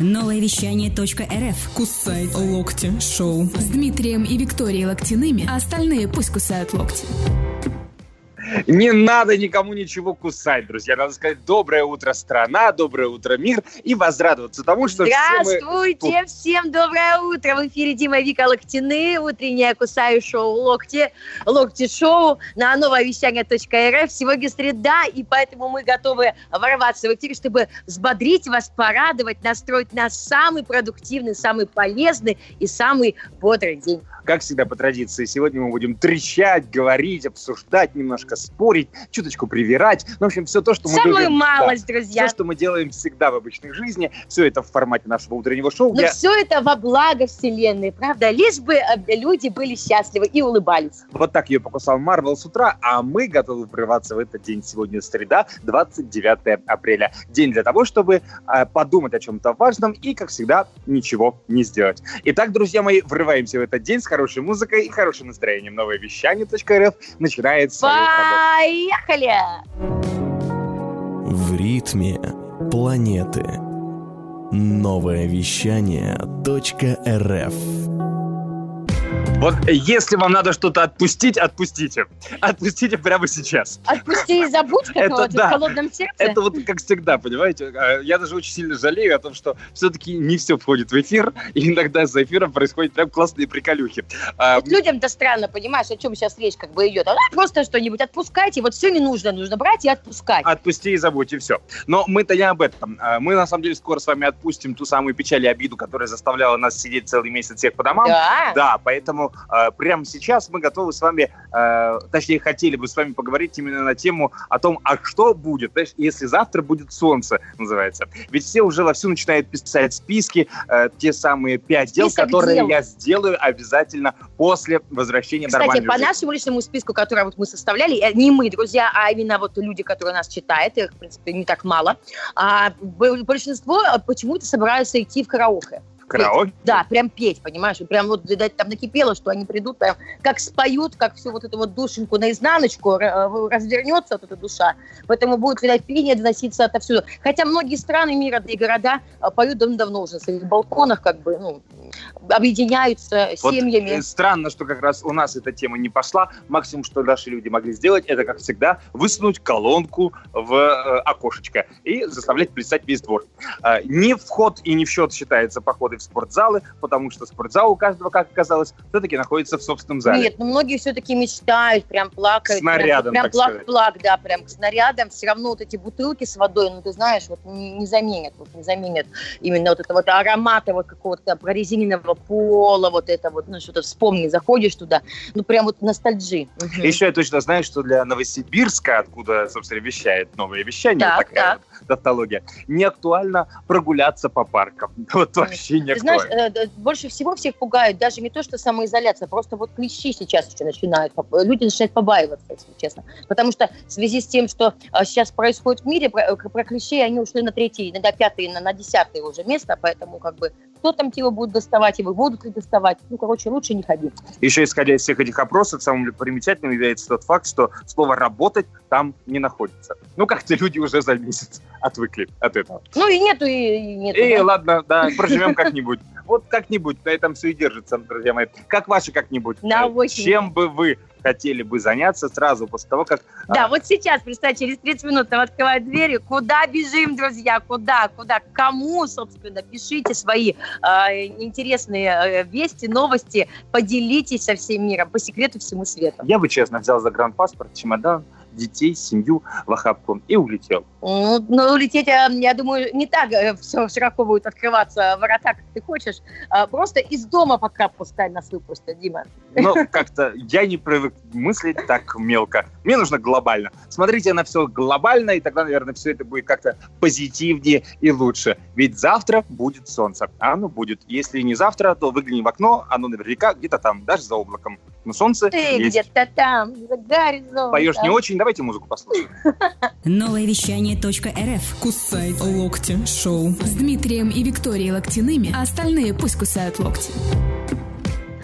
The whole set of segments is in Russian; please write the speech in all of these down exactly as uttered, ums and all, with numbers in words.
Новое вещание .рф. Кусай локти шоу с Дмитрием и Викторией Локтяными, а остальные пусть кусают локти. Не надо никому ничего кусать, друзья. Надо сказать доброе утро, страна, доброе утро, мир, и возрадоваться тому, что Здравствуйте, все мы... всем доброе утро. В эфире Дима и Вика Локтяны, утреннее кусаю шоу «Локти», «Локти шоу» на новое вещание .рф. Сегодня среда, и поэтому мы готовы ворваться в эфир, чтобы взбодрить вас, порадовать, настроить на самый продуктивный, самый полезный и самый бодрый день. Как всегда, по традиции, сегодня мы будем трещать, говорить, обсуждать, немножко спорить, чуточку привирать. Ну, в общем, все то, что мы Самую любим. малость, да, друзья. Все, что мы делаем всегда в обычной жизни, все это в формате нашего утреннего шоу. Но Я... все это во благо вселенной, правда? Лишь бы люди были счастливы и улыбались. Вот так ее покусал Марвел с утра, а мы готовы врываться в этот день. Сегодня среда, двадцать девятое апреля. День для того, чтобы э, подумать о чем-то важном и, как всегда, ничего не сделать. Итак, друзья мои, врываемся в этот день с хорошей музыкой и хорошим настроением. Новое вещание .рф начинает свою работу. Поехали! В ритме планеты. Новое вещание .рф. Вот если вам надо что-то отпустить, отпустите. Отпустите прямо сейчас. Отпусти и забудь, как это, вот да. в холодном сердце. Это вот как всегда, понимаете? Я даже очень сильно жалею о том, что все-таки не все входит в эфир, и иногда за эфиром происходят прям классные приколюхи. Вот людям-то странно, понимаешь, о чем сейчас речь как бы идет. А просто что-нибудь отпускайте, вот все не нужно, нужно брать и отпускать. Отпусти и забудь, и все. Но мы-то не об этом. Мы, на самом деле, скоро с вами отпустим ту самую печаль и обиду, которая заставляла нас сидеть целый месяц всех по домам. Да. Да, поэтому э, прямо сейчас мы готовы с вами, э, точнее, хотели бы с вами поговорить именно на тему о том, а что будет, знаешь, если завтра будет солнце, называется. Ведь все уже вовсю начинают писать списки, э, те самые пять дел, Список которые дел. я сделаю обязательно после возвращения Кстати, нормальной по жизни. нашему личному списку, который вот мы составляли, не мы, друзья, а именно вот люди, которые нас читают, их, в принципе, не так мало, а большинство почему-то собираются идти в караоке. Караоке? Да, прям петь, понимаешь? Прям вот, видать, там накипело, что они придут, прям как споют, как всю вот эту вот душеньку наизнаночку, развернется вот эта душа. Поэтому будет, видать, пение доноситься отовсюду. Хотя многие страны мира, да и города поют давно-давно уже на своих балконах, как бы, ну, объединяются вот семьями. Странно, что как раз у нас эта тема не пошла. Максимум, что наши люди могли сделать, это, как всегда, высунуть колонку в э, окошечко и заставлять плясать весь двор. Э, не в ход и не в счет считается походы в спортзалы, потому что спортзал у каждого, как оказалось, все-таки находится в собственном зале. Нет, ну многие все-таки мечтают, прям плакают. К снарядам, прям, так прям сказать. плак-плак, да, прям к снарядам. Все равно вот эти бутылки с водой, ну ты знаешь, вот не, не заменят, вот не заменят именно вот это вот аромата вот какого-то прорезиненного пола, вот это вот, ну что-то вспомни, заходишь туда, ну прям вот ностальджи. Угу. Еще я точно знаю, что для Новосибирска, откуда, собственно, вещает новое вещание, так, такая так. вот тавтология, не актуально прогуляться по паркам. Вот вообще не Ты актуально. знаешь, больше всего всех пугают даже не то, что самоизоляция, просто вот клещи сейчас еще начинают, люди начинают побаиваться, если честно. Потому что в связи с тем, что сейчас происходит в мире, про, про клещей они ушли на третье, на пятое, на, на десятое уже место, поэтому как бы кто там тебя будет доставать, его будут ли доставать, ну, короче, лучше не ходи. Еще исходя из всех этих опросов, самым примечательным является тот факт, что слово «работать» там не находится. Ну, как-то люди уже за месяц отвыкли от этого. Ну, и нету, и нету. И да? ладно, да, проживем как-нибудь. Вот как-нибудь, на этом все и держится, друзья мои. Как ваши как-нибудь? На очень. Чем бы вы хотели бы заняться сразу после того, как... Да, а... вот сейчас, представь, через тридцать минут нам открывают двери. Куда бежим, друзья? Куда? Куда? Кому, собственно? Пишите свои э, интересные э, вести, новости. Поделитесь со всем миром. По секрету всему свету. Я бы, честно, взял загранпаспорт, чемодан, детей, семью в охапку и улетел. Ну, ну улететь, я думаю, не так все широко будет открываться ворота, как ты хочешь. Просто из дома пока пускай нас выпустят, Дима. Ну, как-то я не привык мыслить так мелко. Мне нужно глобально. Смотрите на все глобально, и тогда, наверное, все это будет как-то позитивнее и луше. Ведь завтра будет солнце. А оно будет. Если не завтра, то выгляни в окно, оно наверняка где-то там, даже за облаком. Но солнце Ты есть. где-то там, за горизонтом. Поешь не очень, давайте музыку послушаем. Новое вещание .рф. Кусай локти шоу С Дмитрием и Викторией Локтяными, а остальные пусть кусают локти.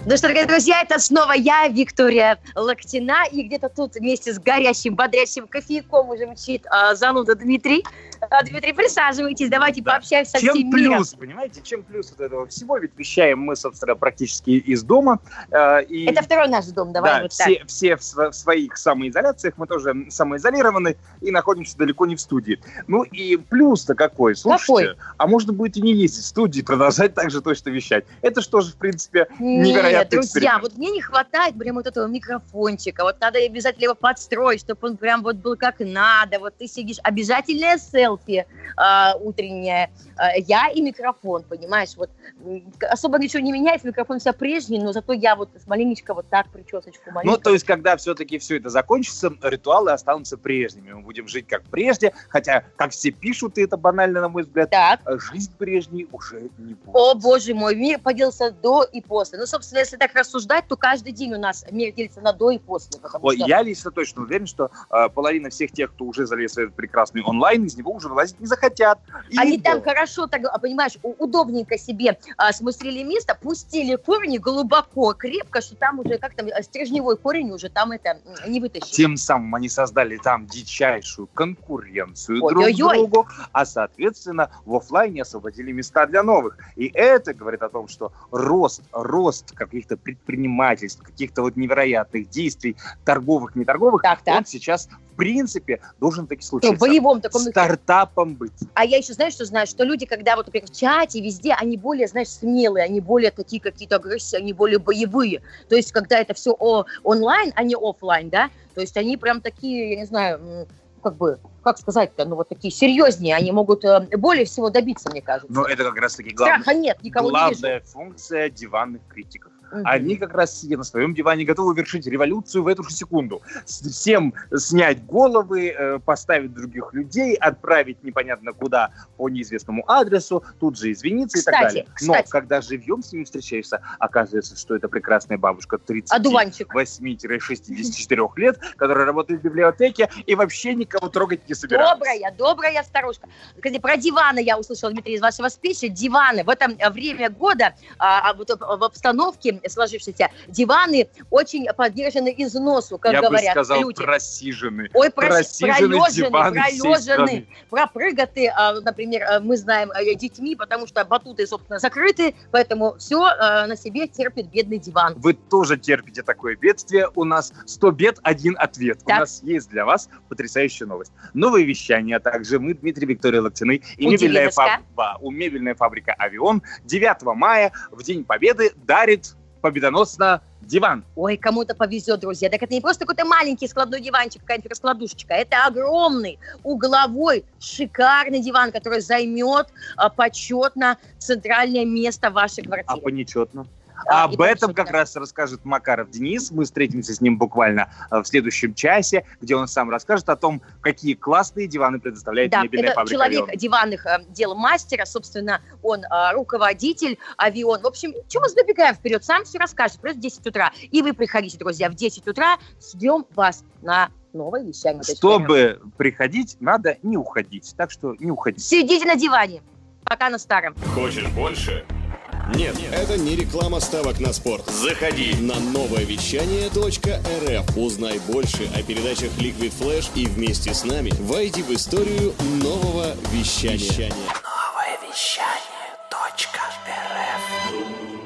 Ну что, дорогие друзья, это снова я, Виктория Локтина, и где-то тут вместе с горящим, бодрящим кофейком уже мчит а, зануда Дмитрий. А, Дмитрий, присаживайтесь, давайте да. пообщаемся со чем всем плюс, миром. Понимаете, чем плюс вот этого всего, ведь вещаем мы, собственно, практически из дома. Э, и, это второй наш дом, давай да, вот все, так. все в, в своих самоизоляциях, мы тоже самоизолированы и находимся далеко не в студии. Ну и плюс-то какой, слушайте, какой? А можно будет и не ездить в студии, продолжать так же точно вещать. Это что же, в принципе, невероятно. Нет, друзья, вот мне не хватает прям вот этого микрофончика, вот надо обязательно его подстроить, чтобы он прям вот был как надо, вот ты сидишь, обязательное селфи э, утреннее, э, я и микрофон, понимаешь, вот особо ничего не меняется, микрофон вся прежний, но зато я вот маленечко вот так причесочку маленькую. Ну, то есть, когда все-таки все это закончится, ритуалы останутся прежними, мы будем жить как прежде, хотя, как все пишут, и это банально, на мой взгляд, так. жизнь прежней уже не будет. О, боже мой, мир поделился до и после. Ну, собственно, если так рассуждать, то каждый день у нас мир делится на до и после. Ой, что... Я лично точно уверен, что э, половина всех тех, кто уже залез в этот прекрасный онлайн, из него уже вылазить не захотят. И Они да. там хорошо, так, понимаешь, удобненько себе а, смыслили место, пустили корни глубоко, крепко, что там уже, как там, стержневой корень уже там это не вытащить. Тем самым они создали там дичайшую конкуренцию Ой, друг ой, ой. другу, а, соответственно, в офлайне освободили места для новых. И это говорит о том, что рост, рост каких-то предпринимательств, каких-то вот невероятных действий, торговых, неторговых, так, так. он сейчас, в принципе, должен таки случиться. В боевом таком... Стартапом быть. А я еще, знаешь, что знаю? Что люди, когда вот, например, в чате, везде, они более, знаешь, смелые, они более такие какие-то агрессии, они более боевые. То есть, когда это все о- онлайн, а не офлайн, да? То есть, они прям такие, я не знаю... как бы, как сказать-то, ну вот такие серьезнее, они могут э, более всего добиться, мне кажется. Но это как раз-таки главное, страха нет, никого главная не вижу. функция диванных критиков. Угу. Они как раз, сидя на своем диване, готовы вершить революцию в эту же секунду. Всем снять головы, э, поставить других людей, отправить непонятно куда по неизвестному адресу, тут же извиниться кстати, и так далее. Но кстати. когда живьем с ними встречаешься, оказывается, что это прекрасная бабушка тридцать восемь-шестьдесят четыре лет, которая работает в библиотеке и вообще никого трогать не собирается. Добрая, добрая старушка. Кстати, про диваны я услышала, Дмитрий, из вашего спича. Диваны. В это время года, а, вот, в обстановке сложившейся, диваны очень подвержены износу, как я говорят бы сказал, люди. просижены. Ой, просижены, пролежены, пролежены, пропрыгаты, например, мы знаем, детьми, потому что батуты, собственно, закрыты, поэтому все на себе терпит бедный диван. Вы тоже терпите такое бедствие. У нас сто бед, один ответ. Так. У нас есть для вас потрясающая новость. Новое вещание, а также мы, Дмитрий, Виктория Локтины и мебельная, фаб... у мебельная фабрика «Авион» девятого мая, в День Победы, дарит победоносно диван. Ой, кому-то повезет, друзья. Так это не просто какой-то маленький складной диванчик, какая-нибудь раскладушечка. Это огромный, угловой, шикарный диван, который займет а, почетно центральное место в вашей квартире. А по нечетно? Да, Об этом как раз расскажет Макаров Денис. Мы встретимся с ним буквально в следующем часе, где он сам расскажет о том, какие классные диваны предоставляет да, мебельная это фабрика человек «Авион». Диванных э, дел мастера, собственно, он э, руководитель «Авион». В общем, чего мы забегаем вперед, сам все расскажет, просто в десять утра. И вы приходите, друзья, в десять утра, ждем вас на новое вещание. Чтобы приходить, надо не уходить, так что не уходите. Сидите на диване, пока на старом. Хочешь больше? Нет, Нет, это не реклама ставок на спорт. Заходи на новое вещание точка эр эф. Узнай больше о передачах Liquid Flash и вместе с нами войди в историю нового вещания. Новое вещание точка эр эф.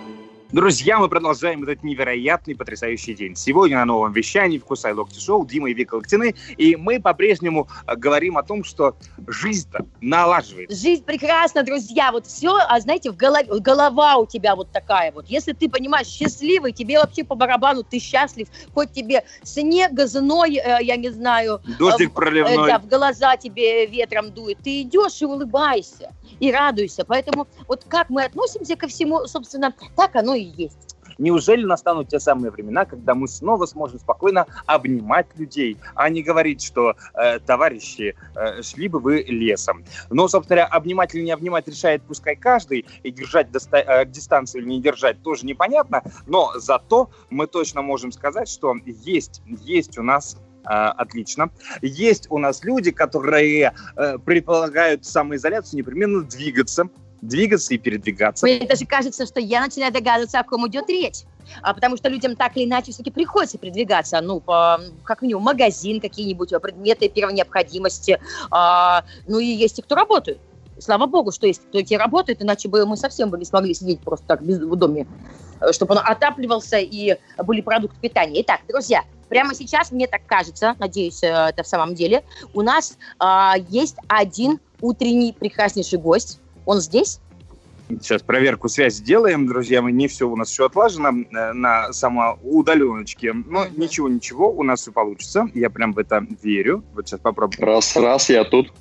Друзья, мы продолжаем этот невероятный, потрясающий день. Сегодня на новом вещании в «Кусай Локти Шоу» Дима и Вика Локтины. И мы по-прежнему говорим о том, что жизнь-то налаживается. Жизнь прекрасна, друзья. Вот все, а знаете, в голове, голова у тебя вот такая вот. Если ты, понимаешь, счастливый, тебе вообще по барабану, ты счастлив. Хоть тебе снег, зной, э, я не знаю. Дождик э, проливной. Э, да, в глаза тебе ветром дует. Ты идешь и улыбаешься, и радуешься. Поэтому вот как мы относимся ко всему, собственно, так оно и есть. Неужели настанут те самые времена, когда мы снова сможем спокойно обнимать людей, а не говорить, что э, товарищи, э, шли бы вы лесом. Но, собственно говоря, обнимать или не обнимать решает пускай каждый, и держать доста- э, дистанцию или не держать тоже непонятно, но зато мы точно можем сказать, что есть, есть у нас... Отлично. Есть у нас люди, которые э, предполагают самоизоляцию непременно двигаться. двигаться и передвигаться. Мне даже кажется, что я начинаю догадываться, о ком идет речь. А, потому что людям так или иначе все-таки приходится передвигаться, ну, по, как минимум, магазин, какие-нибудь предметы первой необходимости. А, ну, и есть те, кто работают. Слава богу, что есть кто-то работает, иначе бы мы совсем бы не смогли сидеть просто так без, в доме, чтобы он отапливался и были продукты питания. Итак, друзья, прямо сейчас, мне так кажется, надеюсь, это в самом деле, у нас а, есть один утренний прекраснейший гость. Он здесь? Сейчас проверку связи сделаем, друзья. Мы не все у нас еще отлажено э, на самоудаленочке. Но mm-hmm. ничего-ничего, у нас все получится. Я прям в это верю. Вот сейчас попробуем. Раз-раз, я тут.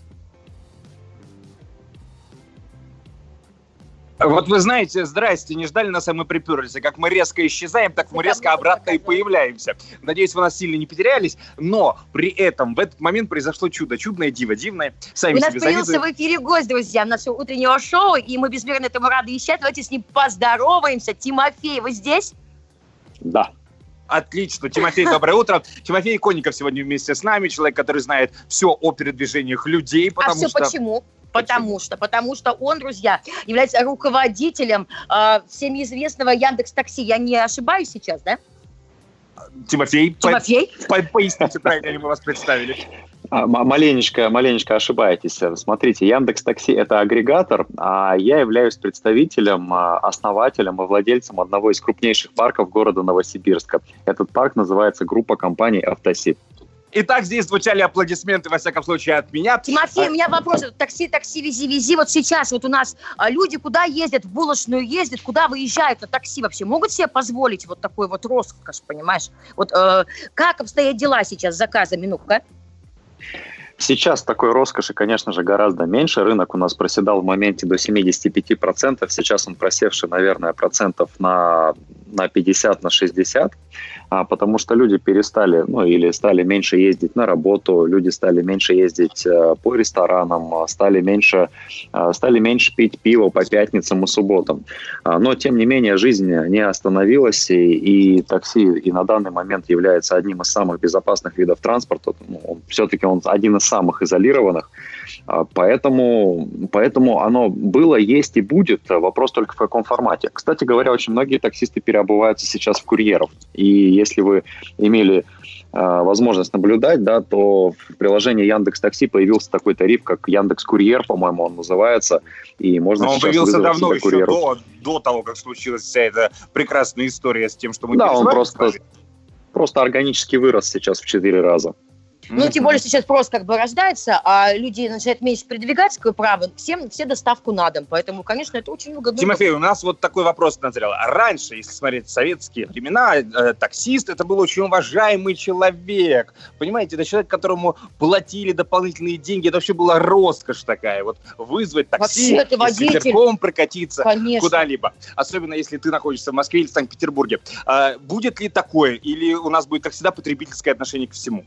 Вот вы знаете, здрасте, не ждали нас, а мы приперлись. Как мы резко исчезаем, так мы резко обратно и появляемся. Надеюсь, вы нас сильно не потерялись, но при этом в этот момент произошло чудо. Чудное диво, дивное. Сами У нас себе появился завидуем. в эфире гость, друзья, нашего утреннего шоу, и мы безмерно этому рады ищать. Давайте с ним поздороваемся. Тимофей, вы здесь? Да. Отлично. Тимофей, доброе утро. Тимофей Конников сегодня вместе с нами, человек, который знает все о передвижениях людей. А все что... почему? Потому что, потому что он, друзья, является руководителем э, всеми известного Яндекс.Такси. Я не ошибаюсь сейчас, да? Тимофей, Тимофей? По- по- поясните, правильно ли мы вас представили? А, маленечко, маленечко ошибаетесь. Смотрите, Яндекс.Такси – это агрегатор, а я являюсь представителем, основателем и владельцем одного из крупнейших парков города Новосибирска. Этот парк называется группа компаний «Автосиб». Итак, здесь звучали аплодисменты, во всяком случае, от меня. Тимофей, у меня вопрос. Такси, такси, вези, вези. Вот сейчас вот у нас а, люди куда ездят? В булочную ездят, куда выезжают на такси вообще? Могут себе позволить вот такой вот роскошь, понимаешь? Вот э, как обстоят дела сейчас с заказами? Ну-ка. Сейчас такой роскоши, конечно же, гораздо меньше. Рынок у нас проседал в моменте до семьдесят пять процентов. Сейчас он просевший, наверное, процентов на, на пятьдесят, на шестьдесят. А, потому что люди перестали, ну, или стали меньше ездить на работу, люди стали меньше ездить а, по ресторанам, стали меньше, а, стали меньше пить пиво по пятницам и субботам. А, но, тем не менее, жизнь не остановилась, и, и такси и на данный момент является одним из самых безопасных видов транспорта. Ну, он, все-таки он один из самых изолированных. А, поэтому, поэтому оно было, есть и будет. Вопрос только в каком формате. Кстати говоря, очень многие таксисты переобуваются сейчас в курьеров. И если вы имели э, возможность наблюдать, да, то в приложении Яндекс.Такси появился такой тариф, как Яндекс.Курьер, по-моему, он называется. И можно Но он сейчас появился давно, еще курьеру. до, до того, как случилась вся эта прекрасная история с тем, что мы... Да, он просто, просто органически вырос сейчас в четыре раза. Ну, тем более сейчас просто как бы рождается, а люди начинают меньше передвигаться, какое право, всем все доставку на дом. Поэтому, конечно, это очень выгодно. Тимофей, у нас вот такой вопрос назрел. Раньше, если смотреть советские времена, э, таксист это был очень уважаемый человек. Понимаете, это человек, которому платили дополнительные деньги. Это вообще была роскошь такая. Вот вызвать такси, вообще, ты с ветерком прокатиться, конечно, куда-либо. Особенно, если ты находишься в Москве или в Санкт-Петербурге. А, будет ли такое? Или у нас будет, как всегда, потребительское отношение ко всему?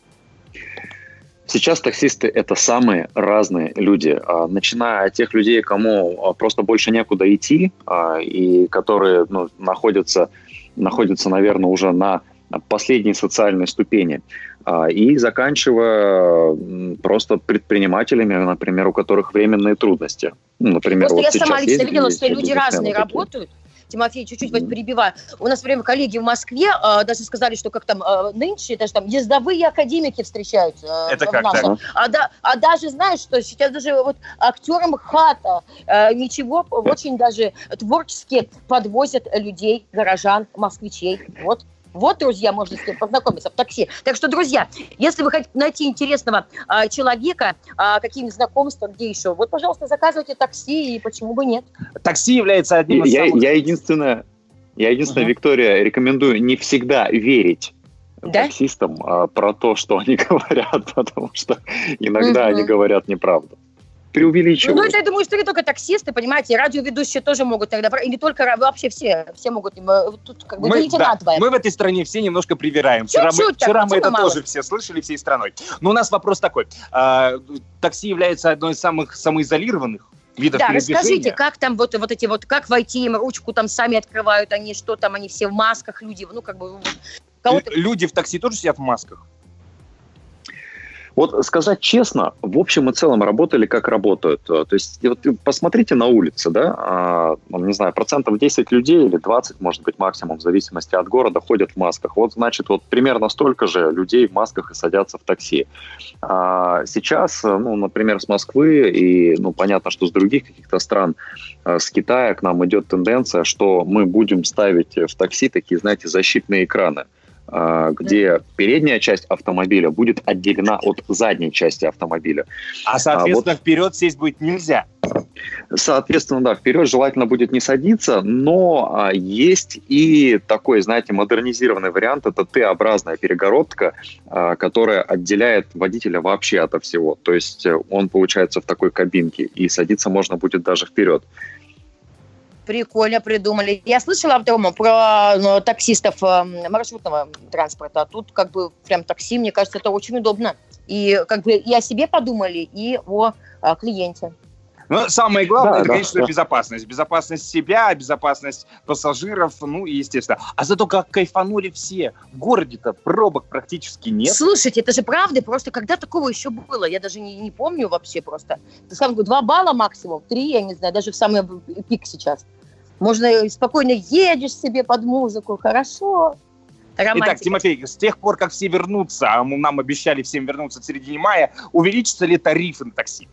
Сейчас таксисты – это самые разные люди, начиная от тех людей, кому просто больше некуда идти, и которые ну, находятся, находятся, наверное, уже на последней социальной ступени, и заканчивая просто предпринимателями, например, у которых временные трудности. Ну, например, просто вот я сама лично видела, что люди разные разные такие. работают. Тимофей, чуть-чуть вас перебиваю. У нас, например, коллеги в Москве э, даже сказали, что как там э, нынче даже там ездовые академики встречаются. Э, Это в как нашем. так? А, да, а даже, знаешь, что сейчас даже вот актерам хата э, ничего, очень даже творчески подвозят людей, горожан, москвичей. Вот. Вот, друзья, можно с ним познакомиться в такси. Так что, друзья, если вы хотите найти интересного а, человека, а, какие-нибудь знакомства, где еще, вот, пожалуйста, заказывайте такси, и почему бы нет. Такси является одним из я, самых... Я единственное, я единственное uh-huh. Виктория, рекомендую не всегда верить да? таксистам а, про то, что они говорят, потому что иногда uh-huh. они говорят неправду. Преувеличивают. Ну, это, я думаю, что не только таксисты, понимаете, радиоведущие тоже могут тогда, и не только, вообще все, все могут, тут как бы мы, делите да, надвое. Мы в этой стране все немножко привираем. Чуть-чуть, вчера мы, так, вчера мы это мало. тоже все слышали всей страной. Но у нас вопрос такой. А, такси является одной из самых самоизолированных видов да, передвижения. Расскажите, как там вот, вот эти вот, как войти им, ручку там сами открывают, они что там, они все в масках, люди, ну как бы... Люди в такси тоже сидят в масках? Вот сказать честно, в общем и целом работали как работают. То есть вот посмотрите на улице, да, а, не знаю, процентов десять людей или двадцать, может быть, максимум, в зависимости от города, ходят в масках. Вот, значит, вот примерно столько же людей в масках и садятся в такси. А сейчас, ну, например, с Москвы и, ну, понятно, что с других каких-то стран, с Китая к нам идет тенденция, что мы будем ставить в такси такие, знаете, защитные экраны, где передняя часть автомобиля будет отделена от задней части автомобиля. А, соответственно, а вот, вперед сесть будет нельзя. Соответственно, да, вперед желательно будет не садиться, но а, есть и такой, знаете, модернизированный вариант. Это Т-образная перегородка, а, которая отделяет водителя вообще ото всего. То есть он, получается, в такой кабинке, и садиться можно будет даже вперед. Прикольно придумали. Я слышала Тома, про ну, таксистов э, маршрутного транспорта. А тут как бы прям такси, мне кажется, это очень удобно. И как бы и о себе подумали, и о, о клиенте. Ну, самое главное, да, это, да, конечно, да. безопасность. Безопасность себя, безопасность пассажиров, ну и, естественно. А зато как кайфанули все. В городе-то пробок практически нет. Слушайте, это же правда, просто когда такого еще было? Я даже не, не помню вообще просто. Это сам два балла максимум, три, я не знаю, даже в самый пик сейчас. Можно спокойно едешь себе под музыку, хорошо. Романтика. Итак, Тимофей, с тех пор, как все вернутся, а нам обещали всем вернуться в середине мая, увеличатся ли тарифы на такси?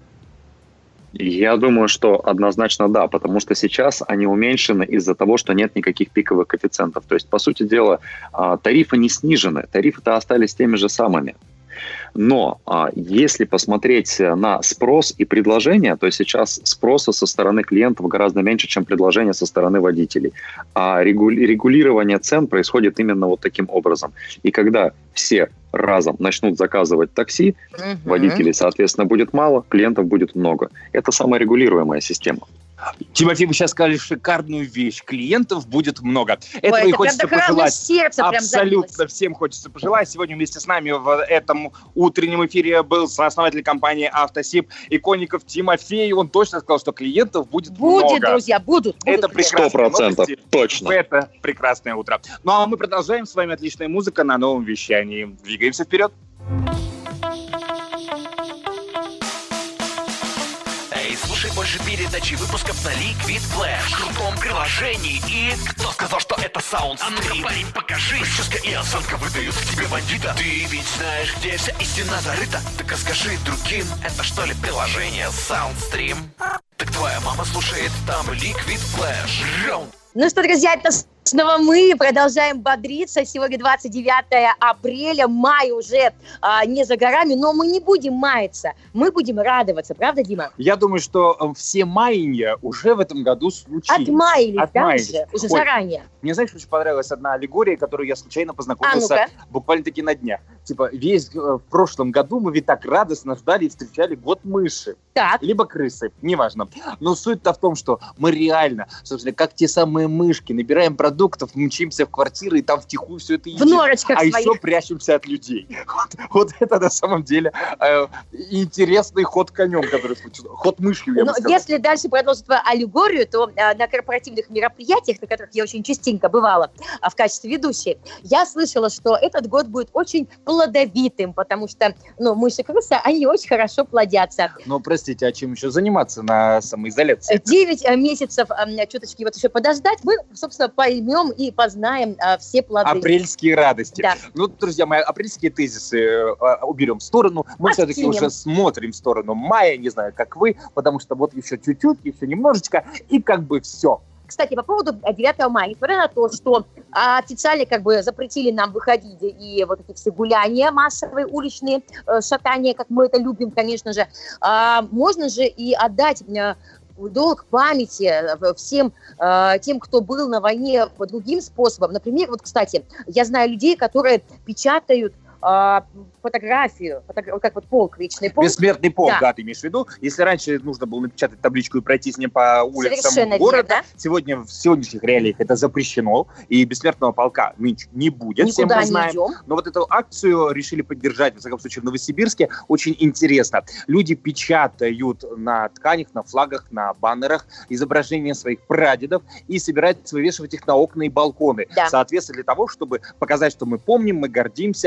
Я думаю, что однозначно да, потому что сейчас они уменьшены из-за того, что нет никаких пиковых коэффициентов. То есть, по сути дела, тарифы не снижены, тарифы-то остались теми же самыми. Но а, если посмотреть на спрос и предложение, то сейчас спроса со стороны клиентов гораздо меньше, чем предложения со стороны водителей. А регули- регулирование цен происходит именно вот таким образом. И когда все разом начнут заказывать такси, uh-huh. водителей, соответственно, будет мало, клиентов будет много. Это саморегулируемая система. Тимофей, вы сейчас сказали шикарную вещь. Клиентов будет много. Этого Ой, и хочется пожелать. Сердце Абсолютно всем хочется пожелать. Сегодня вместе с нами в этом утреннем эфире был сооснователь компании «Автосип» Иконников Тимофей. Он точно сказал, что клиентов будет, будет много. Будет, друзья, будут. будут Это прекрасные сто процентов новости. Точно. В это прекрасное утро. Ну а мы продолжаем. С вами отличная музыка на новом вещании. Двигаемся вперед. Слушай больше передач и выпусков на Liquid Flash в крутом приложении. И кто сказал, что это Soundstream? А ну-ка, парень, покажи. Прическа и осанка выдают в тебе бандита. Ты ведь знаешь, где вся истина зарыта. Так расскажи другим, это что ли приложение Soundstream? Так твоя мама слушает там Liquid Flash. Раунд. Ну что, друзья, это снова мы продолжаем бодриться. Сегодня двадцать девятое апреля, май уже а, не за горами, но мы не будем маяться, мы будем радоваться, правда, Дима? Я думаю, что все маянья уже в этом году случились. Отмаялись, Отмаялись. да, уже, уже Ой, заранее. Мне, знаешь, очень понравилась одна аллегория, которую я случайно познакомился а, буквально-таки на днях. Типа, весь э, в прошлом году мы ведь так радостно ждали и встречали год мыши. Так. Либо крысы, неважно. Но суть-то в том, что мы реально, собственно, как те самые мышки, набираем продуктов, мчимся в квартиры и там втихую все это едим. В норочках а своих. еще прячемся от людей. Вот, вот это на самом деле э, интересный ход конем, который случился. Ход мышью, я Но бы сказал. если дальше продолжить твою аллегорию, то э, на корпоративных мероприятиях, на которых я очень частенько бывала э, в качестве ведущей, я слышала, что этот год будет очень плодовитым, потому что ну, мыши-крысы, они очень хорошо плодятся. Ну, простите, а чем еще заниматься на самоизоляции? Девять месяцев э, чуточки вот еще подождать, мы, собственно, поймем и познаем э, все плоды. Апрельские радости. Да. Ну, друзья мои, апрельские тезисы э, уберем в сторону. Мы Откинем. все-таки уже смотрим в сторону мая, не знаю, как вы, потому что вот еще чуть-чуть, еще немножечко, и как бы все. Кстати, по поводу девятого мая, несмотря на то, что а, официально как бы запретили нам выходить и вот эти все гуляния массовые, уличные э, шатания, как мы это любим, конечно же, а, можно же и отдать э, долг памяти всем э, тем, кто был на войне по другим способам. Например, вот, кстати, я знаю людей, которые печатают э, фотографию, фотографию, как вот полк, вечный полк. Бессмертный полк, да. да, ты имеешь в виду. Если раньше нужно было напечатать табличку и пройти с ним по улицам Совершенно города, верно. сегодня в сегодняшних реалиях это запрещено, и бессмертного полка нынче не будет, всем Никуда мы знаем. не идем. Но вот эту акцию решили поддержать, во всяком случае, в Новосибирске. Очень интересно. Люди печатают на тканях, на флагах, на баннерах изображения своих прадедов и собираются вывешивать их на окна и балконы. Да. Соответственно, для того, чтобы показать, что мы помним, мы гордимся, и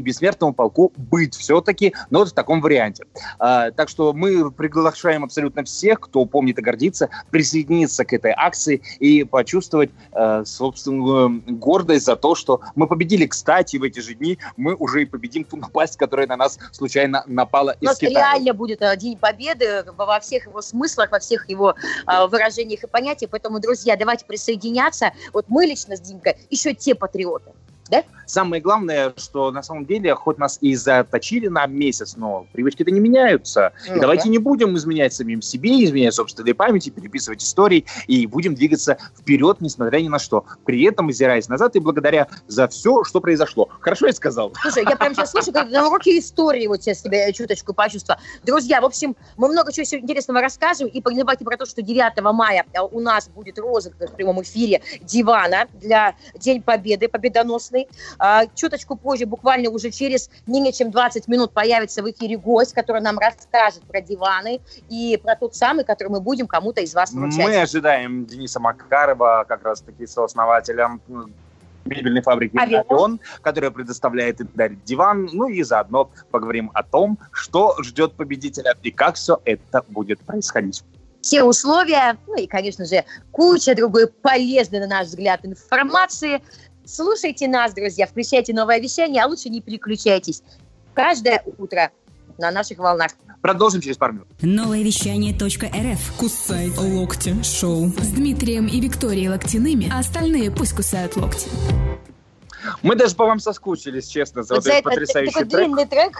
бессмертному полку быть все-таки, но вот в таком варианте. А, так что мы приглашаем абсолютно всех, кто помнит и гордится, присоединиться к этой акции и почувствовать э, собственную гордость за то, что мы победили. Кстати, в эти же дни мы уже и победим ту напасть, которая на нас случайно напала из Китая. У нас реально будет День Победы во всех его смыслах, во всех его э, выражениях и понятиях. Поэтому, друзья, давайте присоединяться. Вот мы лично с Динькой еще те патриоты. Да? Самое главное, что на самом деле, хоть нас и заточили на месяц, но привычки-то не меняются. Ну, давайте да. не будем изменять самим себе, изменять собственной памяти, переписывать истории, и будем двигаться вперед, несмотря ни на что. При этом озираясь назад и благодаря за все, что произошло. Хорошо я сказал? Слушай, я прямо сейчас слушаю, как на уроке истории вот сейчас себя чуточку почувствовала. Друзья, в общем, мы много чего интересного расскажем, и понимаете про то, что девятого мая у нас будет розыгрыш в прямом эфире дивана для День Победы, победоносный. А, чуточку позже, буквально уже через менее чем двадцать минут, появится в эфире гость, который нам расскажет про диваны и про тот самый, который мы будем кому-то из вас вручать. Мы ожидаем Дениса Макарова, как раз-таки сооснователя мебельной фабрики «Авион», «Авион», которая предоставляет и дарит диван. Ну и заодно поговорим о том, что ждет победителя и как все это будет происходить. Все условия, ну и, конечно же, куча другой полезной, на наш взгляд, информации. Слушайте нас, друзья, включайте новое вещание, а лучше не переключайтесь. Каждое утро на наших волнах. Продолжим через пару минут. новое вещание точка эр эф. Кусай локти шоу. С Дмитрием и Викторией Локтяными, а остальные пусть кусают локти. Мы даже по вам соскучились, честно, за вот, вот этот потрясающий такой трек. Длинный трек.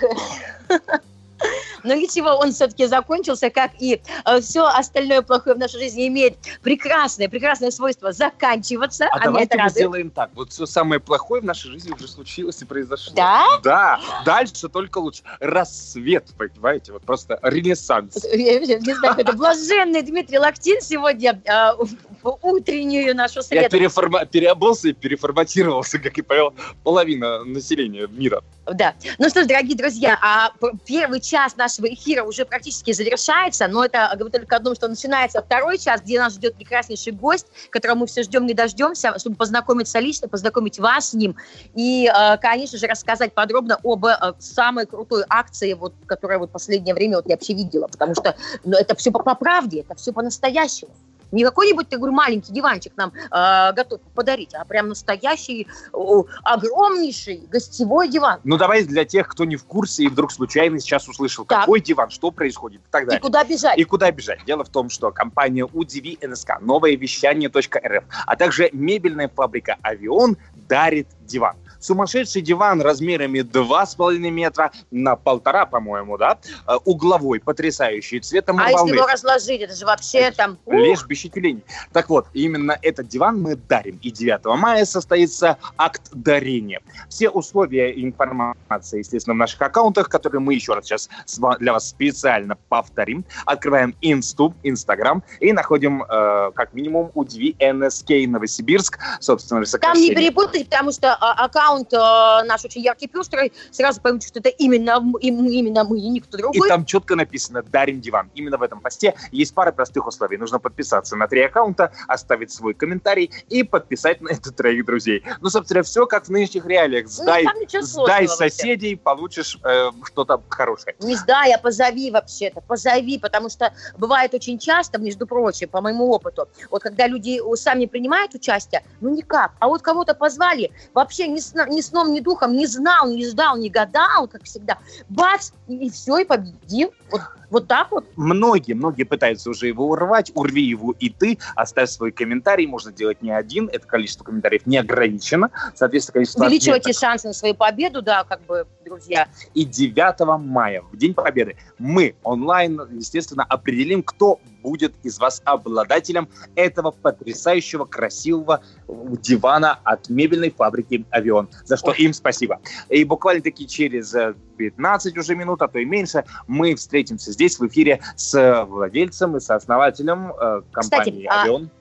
Но ничего, он все-таки закончился, как и э, все остальное плохое в нашей жизни имеет прекрасное, прекрасное свойство заканчиваться. А, а давайте мы сделаем так. Вот все самое плохое в нашей жизни уже случилось и произошло. Да? Да. Дальше только лучше. Рассвет, понимаете? Вот просто ренессанс. Я не знаю, это блаженный Дмитрий Локтин сегодня э, в утреннюю нашу среду. Я переформа- переобулся и переформатировался, как и половина населения мира. Да. Ну что ж, дорогие друзья, а первый час нашего эфира уже практически завершается, но это говорит только о том, что начинается второй час, где нас ждет прекраснейший гость, которого мы все ждем, не дождемся, чтобы познакомиться лично, познакомить вас с ним и, конечно же, рассказать подробно об самой крутой акции, вот, которая вот в последнее время вот я вообще видела, потому что ну, это все по, по правде, это все по-настоящему. Не какой-нибудь, я говорю, маленький диванчик нам э, готов подарить, а прям настоящий, э, огромнейший гостевой диван. Ну, давай для тех, кто не в курсе и вдруг случайно сейчас услышал, так. какой диван, что происходит и так далее. И куда бежать. И куда бежать. Дело в том, что компания УДВ эн эс ка, новое вещание точка эр эф, а также мебельная фабрика «Авион» дарит диван. Сумасшедший диван размерами два с половиной метра на полтора, по-моему, да? Угловой, потрясающий, цветом а волны. А если его разложить, это же вообще это там... Лишь без щетилений. Так вот, именно этот диван мы дарим. И девятого мая состоится акт дарения. Все условия и информация, естественно, в наших аккаунтах, которые мы еще раз сейчас для вас специально повторим. Открываем Инсту, Инстаграм и находим, э, как минимум, УДВ эн эс кей Новосибирск, собственно, сокращение. Там не перепутать, потому что аккаунт Аккаунт э, наш очень яркий, пестрый. Сразу поймете, что это именно, именно мы и никто другой. И там четко написано «Дарим диван». Именно в этом посте есть пара простых условий. Нужно подписаться на три аккаунта, оставить свой комментарий и подписать на этот троих друзей. Ну, собственно, все как в нынешних реалиях. Сдай, ну, сдай соседей, вообще. Получишь э, что-то хорошее. Не сдай, а позови вообще-то. Позови, потому что бывает очень часто, между прочим, по моему опыту, вот когда люди сами принимают участие, ну никак. А вот кого-то позвали, вообще не ни сном, ни духом, не знал, не ждал, не гадал, как всегда. Бац, и, и все, и победил. Вот, вот так вот. Многие, многие пытаются уже его урвать. Урви его и ты. Оставь свой комментарий. Можно делать не один. Это количество комментариев не ограничено. Соответственно, количество увеличивайте отметок. Шансы на свою победу, да, как бы, друзья. И девятого мая, в День Победы, мы онлайн, естественно, определим, кто будет из вас обладателем этого потрясающего, красивого дивана от мебельной фабрики «Авион». За что Ой. им спасибо. И буквально-таки через пятнадцать уже минут, а то и меньше, мы встретимся здесь в эфире с владельцем и сооснователем э, компании Кстати, «Авион». А...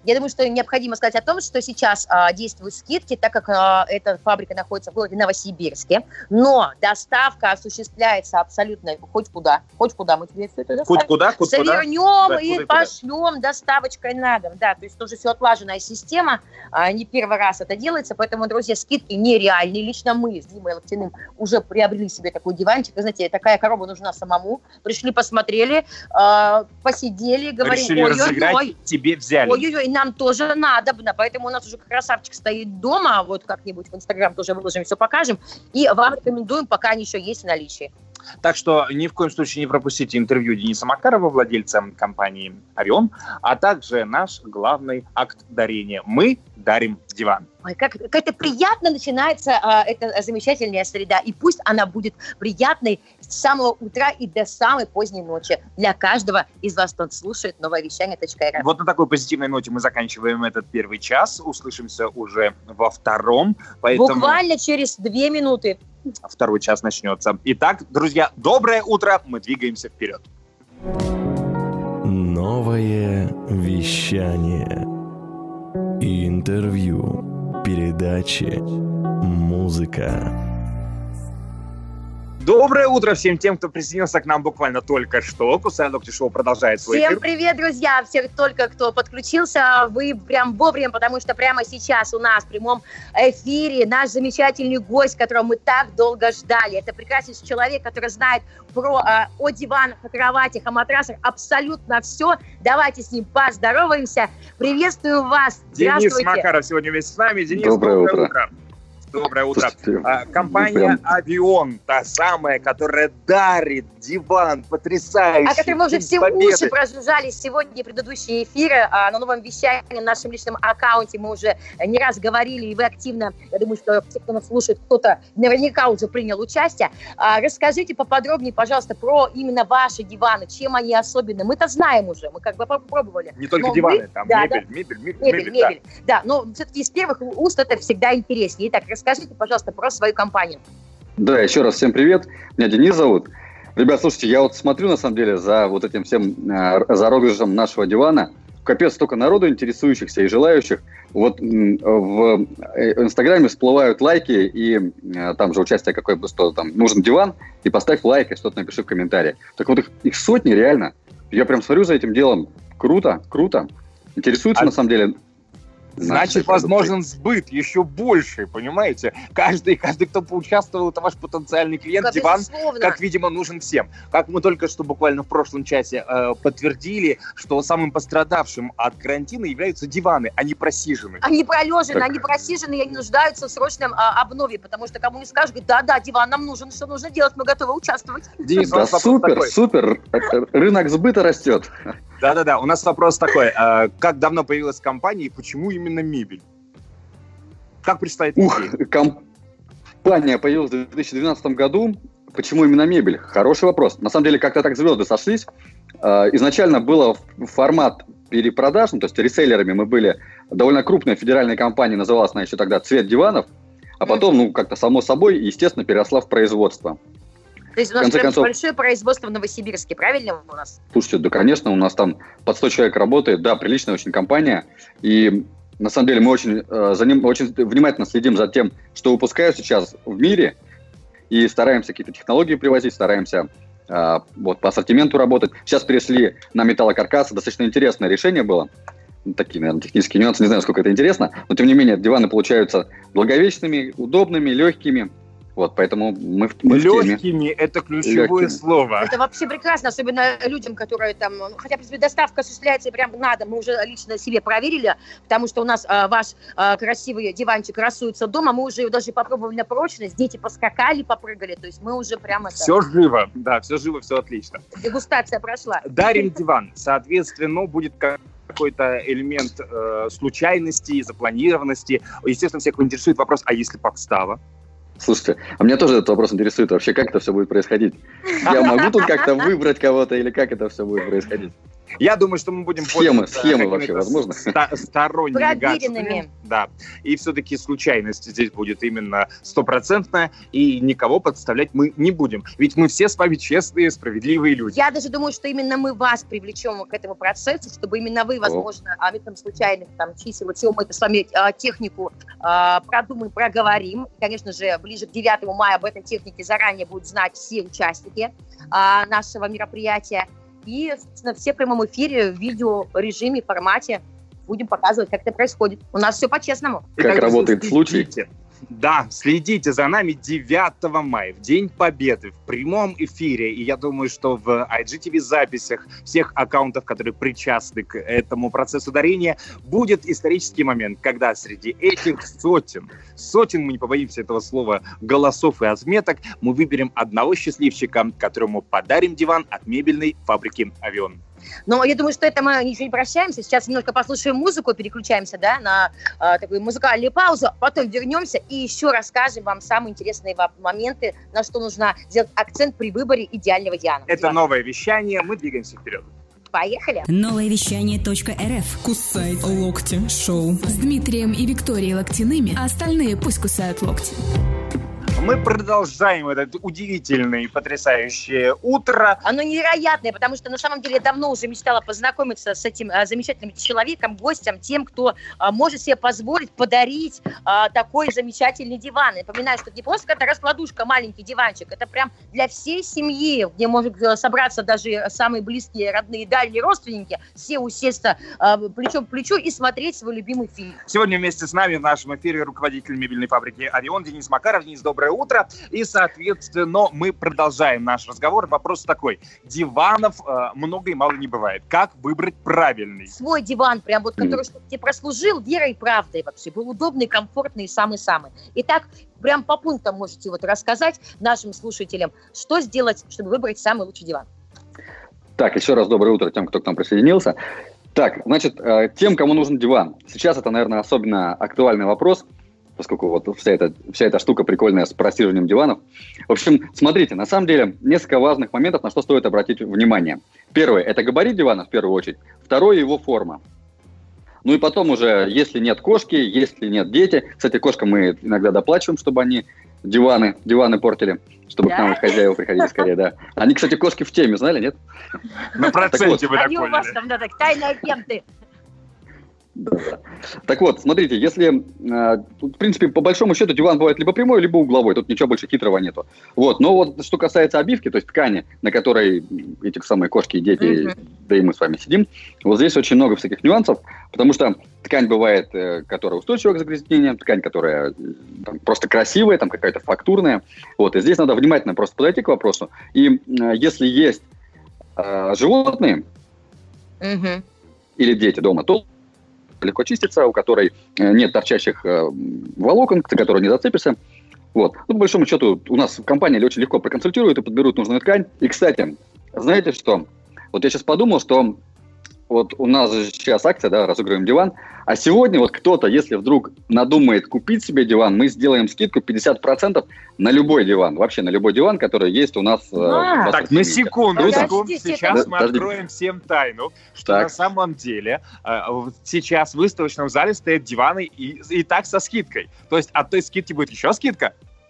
Я думаю, что необходимо сказать о том, что сейчас а, действуют скидки, так как а, эта фабрика находится в городе Новосибирске, но доставка осуществляется абсолютно хоть куда, хоть куда мы тебе все это доставим. Хоть куда, хоть куда. Свернем Да, и куда, пошлем куда. Доставочкой на дом, да, то есть тоже все отлаженная система, а, не первый раз это делается, поэтому, друзья, скидки нереальные. Лично мы с Димой Локтяным уже приобрели себе такой диванчик, вы знаете, такая коробка нужна самому, пришли, посмотрели, а, посидели, говорим, ой-ой-ой, тебе взяли. Ой-ой-ой, нам тоже надобно, поэтому у нас уже красавчик стоит дома, вот как-нибудь в Инстаграм тоже выложим, все покажем, и вам рекомендуем, пока они еще есть в наличии. Так что ни в коем случае не пропустите интервью Дениса Макарова, владельца компании «Орион», а также наш главный акт дарения. Мы дарим диван. Ой, как, как это приятно начинается а, эта замечательная среда, и пусть она будет приятной с самого утра и до самой поздней ночи для каждого из вас, кто слушает новое вещание точка эр эф. Вот на такой позитивной ноте мы заканчиваем этот первый час. Услышимся уже во втором. Поэтому... Буквально через две минуты. Второй час начнется. Итак, друзья, доброе утро. Мы двигаемся вперед. Новое вещание. Интервью. Передачи. Музыка. Доброе утро всем тем, кто присоединился к нам буквально только что. Кусай Локти Шоу продолжает свой Всем эфир. привет, друзья! Всех только кто подключился, вы прям вовремя, потому что прямо сейчас у нас в прямом эфире наш замечательный гость, которого мы так долго ждали. Это прекраснейший человек, который знает про э, о диванах, о кроватях, о матрасах, абсолютно все. Давайте с ним поздороваемся. Приветствую вас! Денис Макаров сегодня вместе с нами. Денис, доброе, доброе утро. утро. Доброе утро. Слушайте, а, компания прям... «Авион», та самая, которая дарит диван потрясающий. О которой мы уже все победы. уши прожужжали сегодня предыдущие эфиры. А, на новом вещании, на нашем личном аккаунте мы уже не раз говорили, и вы активно, я думаю, что те, кто нас слушает, кто-то наверняка уже принял участие. А, расскажите поподробнее, пожалуйста, про именно ваши диваны, чем они особенны. Мы-то знаем уже, мы как бы попробовали. Не только но диваны, вы... там да, мебель, да. мебель, мебель, мебель, мебель, мебель. Да. да, но все-таки из первых уст это всегда интереснее. Итак, расскажите, пожалуйста, про свою компанию. Да, еще раз всем привет. Меня Денис зовут. Ребят, слушайте, я вот смотрю, на самом деле, за вот этим всем, э, за розыгрышем нашего дивана. Капец, столько народу интересующихся и желающих. Вот э, в Инстаграме всплывают лайки, и э, там же участие какое бы, что там, нужен диван, и поставь лайк, и что-то напиши в комментарии. Так вот их, их сотни реально. Я прям смотрю за этим делом. Круто, круто. Интересуются, а... на самом деле... Значит, возможен сбыт еще больше, понимаете? Каждый, каждый, кто поучаствовал, это ваш потенциальный клиент. Да, диван, безусловно. Как, видимо, нужен всем. Как мы только что буквально в прошлом часе э, подтвердили, что самым пострадавшим от карантина являются диваны, а не просижены. Они пролежены, так. они просижены, и они нуждаются в срочном э, обнове, потому что кому не скажешь, говорит, да-да, диван нам нужен, что нужно делать, мы готовы участвовать. Денис, да, супер, такой. супер, рынок сбыта растет. Да-да-да, у нас вопрос такой, э, как давно появилась компания и почему именно мебель? Как представить Ух, компания появилась в две тысячи двенадцатом году. Почему именно мебель? Хороший вопрос. На самом деле, как-то так звезды сошлись. Э, изначально был формат перепродаж, ну, то есть реселлерами мы были. Довольно крупная федеральная компания, называлась она еще тогда «Цвет диванов», а потом, ну, как-то само собой, естественно, переросла в производство. То есть у нас прям концов... большое производство в Новосибирске, правильно у нас? Слушайте, да, конечно, у нас там под сто человек работает, да, приличная очень компания, и на самом деле мы очень, э, за ним, очень внимательно следим за тем, что выпускают сейчас в мире, и стараемся какие-то технологии привозить, стараемся э, вот, по ассортименту работать. Сейчас перешли на металлокаркасы, достаточно интересное решение было, такие, наверное, технические нюансы, не знаю, сколько это интересно, но тем не менее диваны получаются долговечными, удобными, легкими. Вот, поэтому мы, мы Легкими – это ключевое Легкими. слово. Это вообще прекрасно, особенно людям, которые там, ну, хотя бы доставка осуществляется прям на дом, мы уже лично себе проверили, потому что у нас а, ваш а, красивый диванчик красуется дома, мы уже его даже попробовали на прочность, дети поскакали, попрыгали, то есть мы уже прямо… Все это... живо, да, все живо, все отлично. Дегустация прошла. Дарим диван, соответственно, будет как какой-то элемент э, случайности, запланированности. Естественно, всех интересует вопрос, а если подстава? Слушайте, а меня тоже этот вопрос интересует вообще, как это все будет происходить. Я могу тут как-то выбрать кого-то или как это все будет происходить? Я думаю, что мы будем Схемы, схемы вообще возможно? Ста- сторонними Проверенными. гаджетами. Да. И все-таки случайность здесь будет именно стопроцентная, и никого подставлять мы не будем. Ведь мы все с вами честные, справедливые люди. Я даже думаю, что именно мы вас привлечем к этому процессу, чтобы именно вы, возможно, о методах случайных там, чисел, всего мы это с вами а, технику а, продумаем, проговорим. И, конечно же, ближе к девятому мая об этой технике заранее будут знать все участники а, нашего мероприятия. И, собственно, все в прямом эфире, в видеорежиме, формате будем показывать, как это происходит. У нас все по-честному. Как работает случай. Да, следите за нами девятого мая, в День Победы, в прямом эфире. И я думаю, что в ай джи ти ви-записях всех аккаунтов, которые причастны к этому процессу дарения, будет исторический момент, когда среди этих сотен, сотен, мы не побоимся этого слова, голосов и отметок, мы выберем одного счастливчика, которому подарим диван от мебельной фабрики «Авион». Но я думаю, что это мы еще не прощаемся. Сейчас немножко послушаем музыку, переключаемся, да, на э, такую музыкальную паузу, потом вернемся и еще расскажем вам самые интересные моменты, на что нужно сделать акцент при выборе идеального дивана. Это новое вещание, мы двигаемся вперед. Поехали. Новое вещание .рф. Кусай локти шоу. С Дмитрием и Викторией Локтяными, а остальные пусть кусают локти. Мы продолжаем это удивительное и потрясающее утро. Оно невероятное, потому что на самом деле я давно уже мечтала познакомиться с этим а, замечательным человеком, гостем, тем, кто а, может себе позволить подарить а, такой замечательный диван. Напоминаю, что это не просто какая-то раскладушка, маленький диванчик, это прям для всей семьи, где может собраться даже самые близкие, родные, дальние родственники, все усесться а, плечом к плечу и смотреть свой любимый фильм. Сегодня вместе с нами в нашем эфире руководитель мебельной фабрики «Авион» Денис Макаров. Денис, доброе утро. И, соответственно, мы продолжаем наш разговор. Вопрос такой. Диванов э, много и мало не бывает. Как выбрать правильный? Свой диван, прям вот, который mm. тебе прослужил верой и правдой вообще. Был удобный, комфортный и самый-самый. Итак, прям по пунктам можете вот рассказать нашим слушателям, что сделать, чтобы выбрать самый лучший диван. Так, еще раз доброе утро тем, кто к нам присоединился. Так, значит, э, тем, кому нужен диван. Сейчас это, наверное, особенно актуальный вопрос, поскольку вот вся эта, вся эта штука прикольная с просиживанием диванов. В общем, смотрите, на самом деле несколько важных моментов, на что стоит обратить внимание. Первое – это габарит дивана в первую очередь. Второе – его форма. Ну и потом уже, если нет кошки, если нет дети. Кстати, кошкам мы иногда доплачиваем, чтобы они диваны, диваны портили, чтобы да? к нам их хозяева приходили скорее, да. Они, кстати, кошки в теме, знали, нет? На проценте вы так поняли. Они у вас там, да, так, тайные агенты. Да. Так вот, смотрите, если, э, в принципе, по большому счету диван бывает либо прямой, либо угловой, тут ничего больше хитрого нету. Вот, но вот что касается обивки, то есть ткани, на которой эти самые кошки и дети, mm-hmm. да и мы с вами сидим, вот здесь очень много всяких нюансов, потому что ткань бывает, э, которая устойчива к загрязнениям, ткань, которая там, просто красивая, там какая-то фактурная, вот, и здесь надо внимательно просто подойти к вопросу, и э, если есть э, животные mm-hmm. или дети дома, то легко чистится, у которой нет торчащих э, волокон, за которые не зацепишься. Вот. Ну, по большому счету, у нас в компании очень легко проконсультируют и подберут нужную ткань. И, кстати, знаете что? Вот я сейчас подумал, что вот у нас же сейчас акция, да, разыгрываем диван, а сегодня вот кто-то, если вдруг надумает купить себе диван, мы сделаем скидку пятьдесят процентов на любой диван, вообще на любой диван, который есть у нас. А, э, так, на секунду, ну, секунду. Сейчас да, мы подожди. откроем всем тайну, что так. на самом деле э, сейчас в выставочном зале стоят диваны и, и так со скидкой. То есть от той скидки будет еще скидка?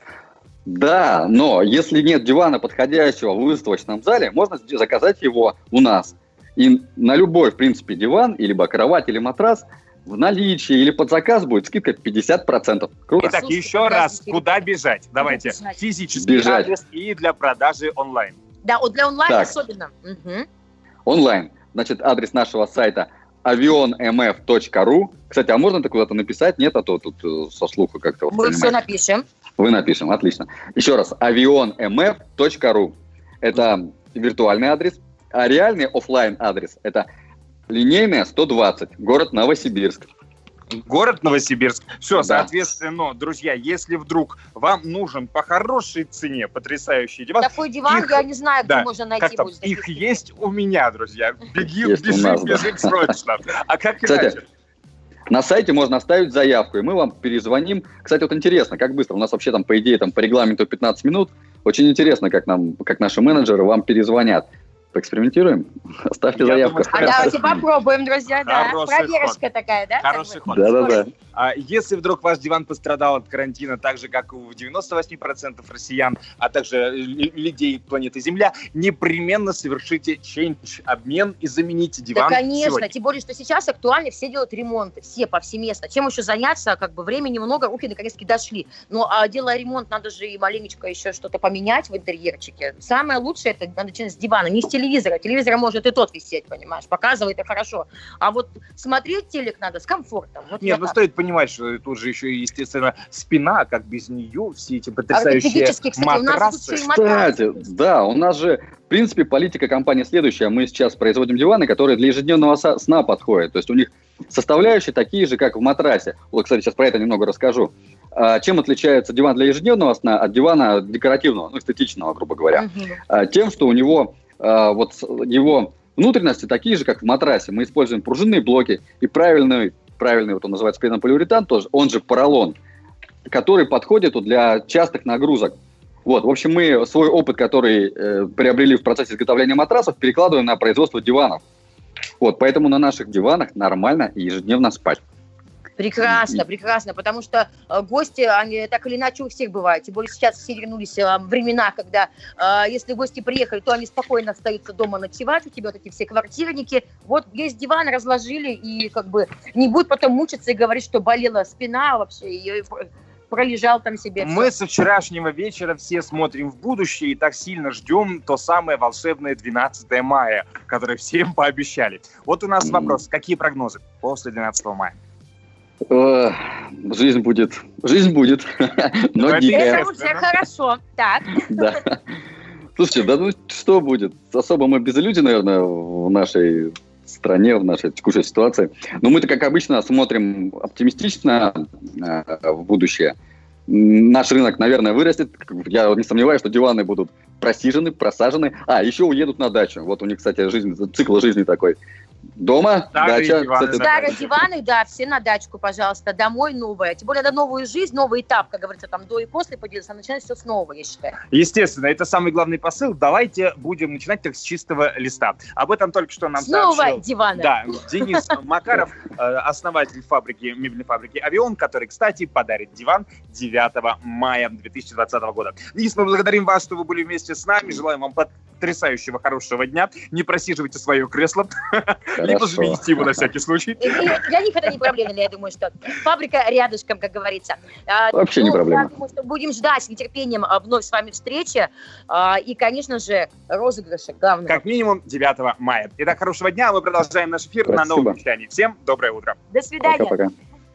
Да, но если нет дивана подходящего в выставочном зале, можно заказать его у нас. И на любой, в принципе, диван, или кровать, или матрас в наличии или под заказ будет скидка пятьдесят процентов. Круто? Итак, Слушайте, еще раз, куда бежать? Давайте. бежать? Физический бежать. адрес и для продажи онлайн. Да, вот для онлайн так. особенно. Угу. Онлайн. Значит, адрес нашего сайта авион эм эф точка ру. Кстати, а можно это куда-то написать? Нет, а то тут со слуха как-то... Мы все напишем. Вы напишем, отлично. Еще раз, авион эм эф точка ру. Это виртуальный адрес. А реальный офлайн адрес – это линейная сто двадцать, город Новосибирск. Город Новосибирск. Все, да. Соответственно, друзья, если вдруг вам нужен по хорошей цене потрясающий диван... Такой диван, их, я не знаю, где да, можно найти. Будет их таких. Есть у меня, друзья. Беги, есть бежим, нас, бежим да. срочно. А как Кстати, иначе? на сайте можно оставить заявку, и мы вам перезвоним. Кстати, вот интересно, как быстро. У нас вообще там, по идее, там по регламенту пятнадцать минут. Очень интересно, как нам, как наши менеджеры вам перезвонят. Поэкспериментируем? Ставьте Я заявку. думаю, А давайте попробуем, друзья, да. Хороший Проверочка ход. такая, да? Хороший ход. Да-да-да. А если вдруг ваш диван пострадал от карантина, так же, как и у девяноста восьми процентов россиян, а также л- людей планеты Земля, непременно совершите change, обмен и замените диван Да, конечно, сегодня. тем более, что сейчас актуально, все делают ремонты, все повсеместно. Чем еще заняться, как бы времени много, руки наконец-таки дошли. Но а, делая ремонт, надо же и маленечко еще что-то поменять в интерьерчике. Самое лучшее, это надо начинать с дивана, не с телевизора. Телевизор может и тот висеть, понимаешь, показывает и хорошо. А вот смотреть телек надо с комфортом. Вот Нет, ну так. стоит понимать, что тут же еще, естественно, спина, как без нее, все эти А потрясающие ортопедические, кстати, у нас матрасы. тут еще и матрасы. Кстати, да, у нас же, в принципе, политика компании следующая. Мы сейчас производим диваны, которые для ежедневного со- сна подходят. То есть у них составляющие такие же, как в матрасе. Вот, кстати, сейчас про это немного расскажу. А, чем отличается диван для ежедневного сна от дивана декоративного, ну, эстетичного, грубо говоря? Мгм. А, тем, что у него а, вот с- его внутренности такие же, как в матрасе. Мы используем пружинные блоки и правильный, правильный вот он называется пенополиуретан, тоже, он же поролон, который подходит вот для частых нагрузок. Вот, в общем, мы свой опыт, который э, приобрели в процессе изготовления матрасов, перекладываем на производство диванов. Вот, поэтому на наших диванах нормально и ежедневно спать. Прекрасно, прекрасно, потому что э, гости, они так или иначе у всех бывают. Тем более сейчас все вернулись э, времена, когда э, если гости приехали, то они спокойно остаются дома ночевать, у тебя вот эти все квартирники. Вот есть диван, разложили, и как бы не будет потом мучиться и говорить, что болела спина вообще, и пролежал там себе. Мы всё. со вчерашнего вечера все смотрим в будущее и так сильно ждем то самое волшебное двенадцатое мая, которое всем пообещали. Вот у нас вопрос. Какие прогнозы после двенадцатого мая? Э, Жизнь будет, жизнь будет, но Это дикая. Это уже хорошо. Так. Да. Слушайте, да ну что будет? Особо мы без иллюзий, наверное, в нашей стране, в нашей текущей ситуации. Но мы-то, как обычно, смотрим оптимистично э, в будущее. М, Наш рынок, наверное, вырастет. Я не сомневаюсь, что диваны будут просижены, просажены. А, еще уедут на дачу. Вот у них, кстати, жизнь, цикл жизни такой. Дома, Старые дача. диваны, Кстати, да. Старые диваны, да, все на дачку, пожалуйста, домой новое. Тем более, это новую жизнь, новый этап, как говорится, там до и после поделиться, начинать все снова, я считаю. Естественно, это самый главный посыл. Давайте будем начинать так с чистого листа. Об этом только что нам Снова сообщил диваны. Да, Денис Макаров, э, основатель фабрики, мебельной фабрики «Авион», который, кстати, подарит диван девятого мая две тысячи двадцатого года. Денис, мы благодарим вас, что вы были вместе с нами. Желаем вам потрясающего хорошего дня. Не просиживайте свое кресло, либо замените его на всякий случай. И для них это не проблема, я думаю, что фабрика рядышком, как говорится. А, Вообще не ну, проблема. Я думаю, что будем ждать с нетерпением а, вновь с вами встречи. А, И, конечно же, розыгрыши главное. Как минимум девятого мая. Итак, хорошего дня. Мы продолжаем наш эфир на Спасибо. новом вещании. Всем доброе утро. До свидания. Пока-пока.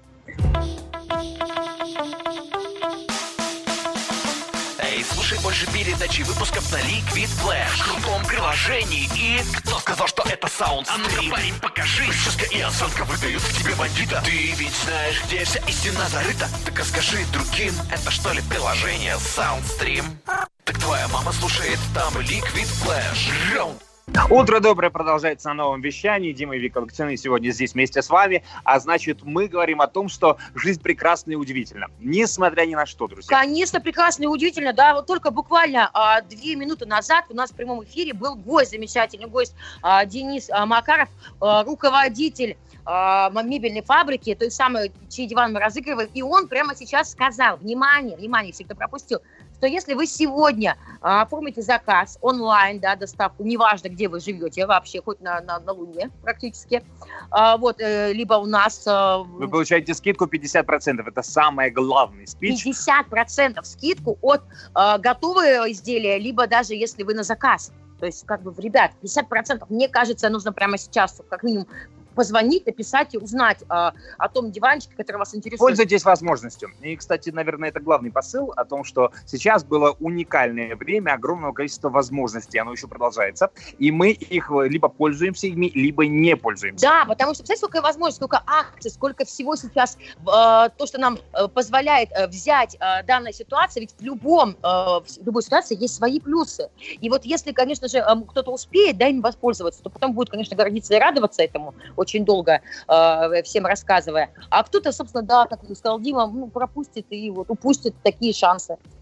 Эй, слушай больше передачи выпусков на Liquid Flash, крутом приложении. И кто сказал, что это Soundstream? А ну-ка, парень, покажи. Прическа и осанка выдают в тебе бандита. Ты ведь знаешь, где вся истина зарыта. Так расскажи другим, это что ли приложение Soundstream? Так твоя мама слушает там Liquid Flash. Раунд. Утро доброе продолжается на новом вещании. Дима и Вика Локтяны сегодня здесь вместе с вами. А значит, мы говорим о том, что жизнь прекрасна и удивительна. Несмотря ни на что, друзья. Конечно, прекрасно и удивительно, да, вот только буквально а, две минуты назад у нас в прямом эфире был гость, замечательный гость а, Денис а, Макаров, а, руководитель а, мебельной фабрики, той самой, чей диван мы разыгрываем, и он прямо сейчас сказал, внимание, внимание, все, кто пропустил, что если вы сегодня а, оформите заказ онлайн, да, доставку, неважно, где вы живете, вообще, хоть на, на, на Луне практически, а, вот, э, либо у нас... А, Вы получаете скидку пятьдесят процентов. Это самый главный спич. пятьдесят процентов скидку от э, готового изделия, либо даже если вы на заказ. То есть, как бы, ребят, пятьдесят процентов, мне кажется, нужно прямо сейчас, как минимум, позвонить, написать и узнать э, о том диванчике, который вас интересует. Пользуйтесь возможностью. И, кстати, наверное, это главный посыл о том, что сейчас было уникальное время, огромного количества возможностей, оно еще продолжается, и мы их либо пользуемся ими, либо не пользуемся. Да, потому что, представляете, сколько возможностей, сколько акций, сколько всего сейчас, э, то, что нам э, позволяет э, взять э, данная ситуация, ведь в любом, э, в любой ситуации есть свои плюсы. И вот если, конечно же, э, кто-то успеет, да, им воспользоваться, то потом будет, конечно, гордиться и радоваться этому, очень долго э, всем рассказывая. А кто-то, собственно, да, как сказал Дима, ну, пропустит и вот упустит такие шансы.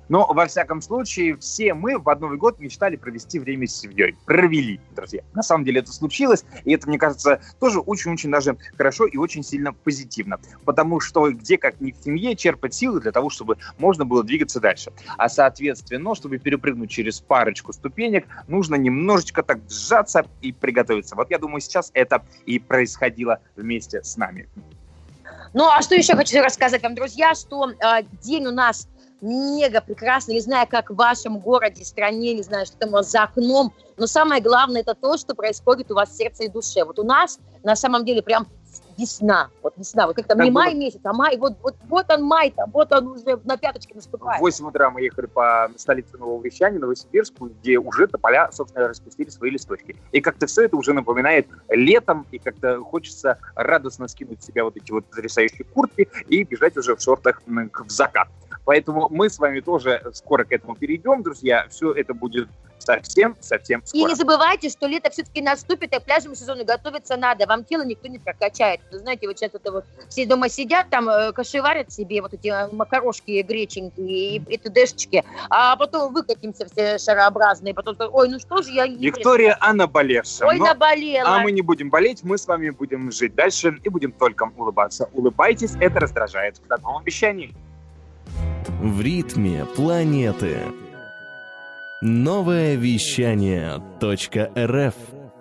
Но, во всяком случае, все мы в Новый год мечтали провести время с семьей. Провели, друзья. На самом деле это случилось, и это, мне кажется, тоже очень-очень даже хорошо и очень сильно позитивно. Потому что где, как ни в семье, черпать силы для того, чтобы можно было двигаться дальше. А, соответственно, чтобы перепрыгнуть через парочку ступенек, нужно немножечко так сжаться и приготовиться. Вот я думаю, сейчас это и происходило вместе с нами. Ну, а что еще хочу рассказать вам, друзья, что э, день у нас мега прекрасный, не знаю, как в вашем городе, стране, не знаю, что там у вас за окном, но самое главное это то, что происходит у вас в сердце и душе. Вот у нас на самом деле прям весна, вот весна, вот как-то не май месяц, а май, вот, вот, вот он май-то, вот он уже на пяточке наступает. В восемь утра мы ехали по столице Нового Вещания, Новосибирску, где уже тополя, собственно, распустили свои листочки. И как-то все это уже напоминает летом, и как-то хочется радостно скинуть с себя вот эти вот потрясающие куртки и бежать уже в шортах в закат. Поэтому мы с вами тоже скоро к этому перейдем, друзья. Все это будет совсем-совсем скоро. И не забывайте, что лето все-таки наступит, а к пляжному сезону готовиться надо. Вам тело никто не прокачает. Вы знаете, вот сейчас это вот все дома сидят, там э, кашеварят себе вот эти макарошки греченькие и, и тдшечки, а потом выкатимся все шарообразные, потом ой, ну что же я... Виктория, а наболевшая. Ой, наболела. А мы не будем болеть, мы с вами будем жить дальше и будем только улыбаться. Улыбайтесь, это раздражает. В таком обещании. В ритме планеты. Новое вещание .рф.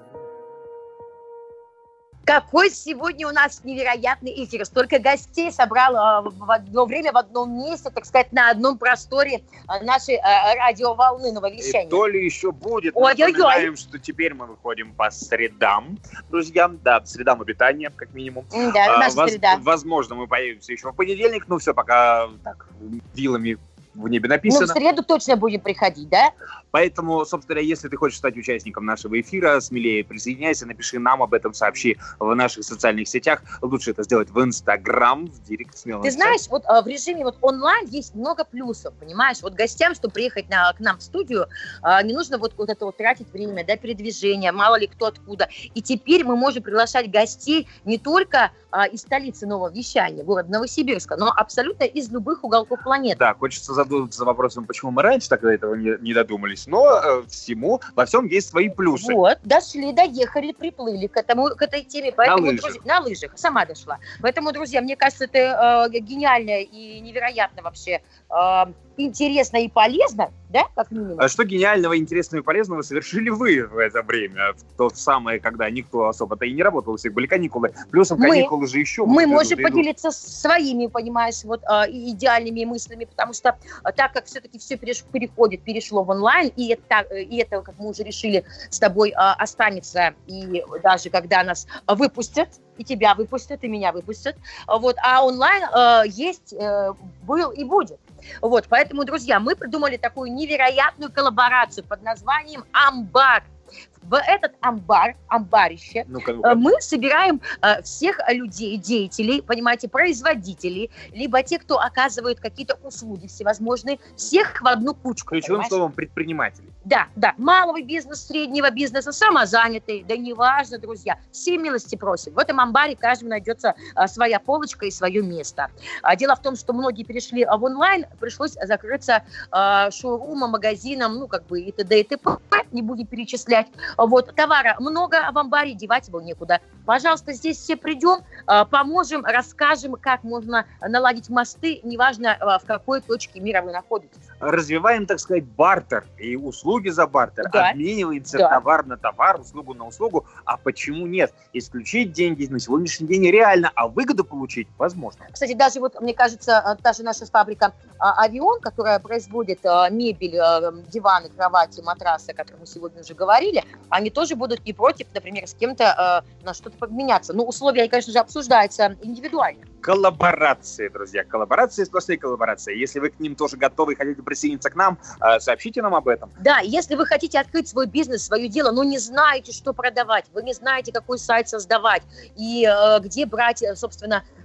Какой сегодня у нас невероятный эфир. Столько гостей собрал в одно время, в одном месте, так сказать, на одном просторе нашей радиоволны нового вещания. И то ли еще будет. Мы напоминаем, что теперь мы выходим по средам, друзья. Да, средам обитания, как минимум. Да, а, наша воз, среда. Возможно, мы появимся еще в понедельник, но все пока так, вилами в небе написано. Ну, в среду точно будем приходить, да? Поэтому, собственно, если ты хочешь стать участником нашего эфира, смелее присоединяйся, напиши нам об этом, сообщи в наших социальных сетях. Лучше это сделать в Инстаграм, в Директ, смело. Ты знаешь, вот а, в режиме вот онлайн есть много плюсов, понимаешь? Вот гостям, чтобы приехать на, к нам в студию, а, не нужно вот, вот это вот тратить время, да, передвижение, мало ли кто откуда. И теперь мы можем приглашать гостей не только а, из столицы нового вещания, города Новосибирска, но абсолютно из любых уголков планеты. Да, хочется задуматься вопросом, почему мы раньше тогда этого не, не додумались, но э, всему, во всем есть свои плюсы. Вот, дошли, доехали, приплыли к, этому, к этой теме. Поэтому, на лыжах. Друзья, на лыжах, сама дошла. Поэтому, друзья, мне кажется, это э, гениально и невероятно вообще э, интересно и полезно, да, как минимум. А что гениального, интересного и полезного совершили вы в это время? В то самое, когда никто особо-то и не работал, у всех были каникулы. Плюсом мы, каникулы же еще... Мы можем поделиться своими, понимаешь, вот э, идеальными мыслями, потому что э, так как все-таки все переш, переходит, перешло в онлайн, и это, и это, как мы уже решили с тобой, э, останется, и даже когда нас выпустят, и тебя выпустят, и меня выпустят, вот, а онлайн э, есть, э, был и будет. Вот, поэтому, друзья, мы придумали такую невероятную коллаборацию под названием «Амбар». В этот амбар, амбарище, ну-ка, ну-ка. мы собираем э, всех людей, деятелей, понимаете, производителей, либо те, кто оказывают какие-то услуги всевозможные, всех в одну кучку. Ключевым понимаешь? Словом, предприниматели. Да, да, малого бизнеса, среднего бизнеса, самозанятый, да неважно, друзья, все милости просят. В этом амбаре каждому найдется а, своя полочка и свое место. А, дело в том, что многие перешли а, в онлайн, пришлось закрыться а, шоурумом, магазином, ну, как бы и т.д. и т.п., не будем перечислять. Вот, товара много, а в амбаре девать его некуда. Пожалуйста, здесь все придем, поможем, расскажем, как можно наладить мосты, неважно, в какой точке мира вы находитесь. Развиваем, так сказать, бартер и услуги за бартер. Да. Обмениваемся да. товар на товар, услугу на услугу. А почему нет? Исключить деньги на сегодняшний день реально, а выгоду получить возможно. Кстати, даже вот, мне кажется, та же наша фабрика «Авион», которая производит мебель, диваны, кровати, матрасы, о которых мы сегодня уже говорили, они тоже будут не против, например, с кем-то э, на что-то поменяться. Но условия, конечно же, обсуждаются индивидуально. Коллаборации, друзья. Коллаборации, сплошные коллаборации. Если вы к ним тоже готовы и хотите присоединиться к нам, э, сообщите нам об этом. Да, если вы хотите открыть свой бизнес, свое дело, но не знаете, что продавать, вы не знаете, какой сайт создавать и э, где брать, собственно,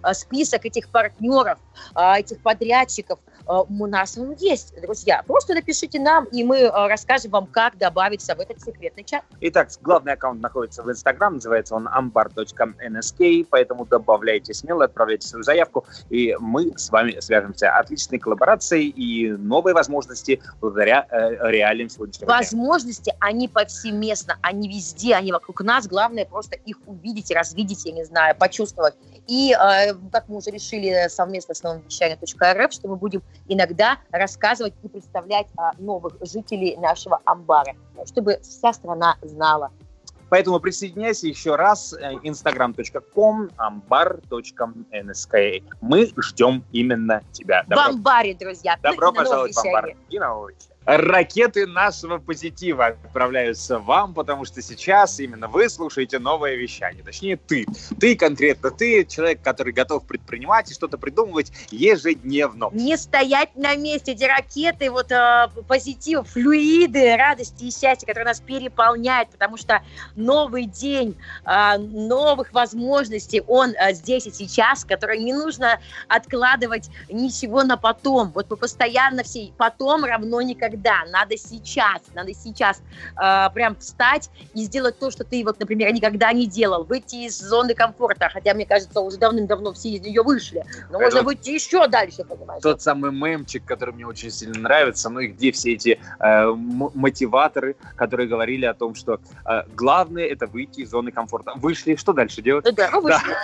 список этих партнеров, этих подрядчиков у нас он есть, друзья. Просто напишите нам, и мы расскажем вам, как добавиться в этот секретный чат. Итак, главный аккаунт находится в Инстаграм, называется он амбар точка эн эс кей, поэтому добавляйте смело, отправляйте свою заявку, и мы с вами свяжемся. Отличные коллаборации и новые возможности благодаря э, реалиям сегодняшнего дня. Возможности, они повсеместно, они везде, они вокруг нас. Главное просто их увидеть, развидеть, я не знаю, почувствовать. И, э, как мы уже решили совместно с новым вещанием точка эр эф, что мы будем иногда рассказывать и представлять э, новых жителей нашего амбара, чтобы вся страна знала. Поэтому присоединяйся еще раз. инстаграм точка ком, амбар точка эн эс кей. Мы ждем именно тебя. Добро... В амбаре, друзья. Добро пожаловать в амбар. И нового вещания. Ракеты нашего позитива отправляются вам, потому что сейчас именно вы слушаете новое вещание. Точнее, ты. Ты конкретно, ты человек, который готов предпринимать и что-то придумывать ежедневно. Не стоять на месте. Эти ракеты, вот э, позитив, флюиды, радости и счастья, которые нас переполняют, потому что новый день э, новых возможностей, он э, здесь и сейчас, который не нужно откладывать ничего на потом. Вот мы постоянно все потом равно никогда. Да, надо сейчас, надо сейчас э, прям встать и сделать то, что ты, вот, например, никогда не делал. Выйти из зоны комфорта, хотя, мне кажется, уже давным-давно все из нее вышли. Но это можно вот выйти еще дальше, понимаешь? Тот самый мемчик, который мне очень сильно нравится, ну и где все эти э, м- мотиваторы, которые говорили о том, что э, главное это выйти из зоны комфорта. Вышли, что дальше делать? Да, ну вышли.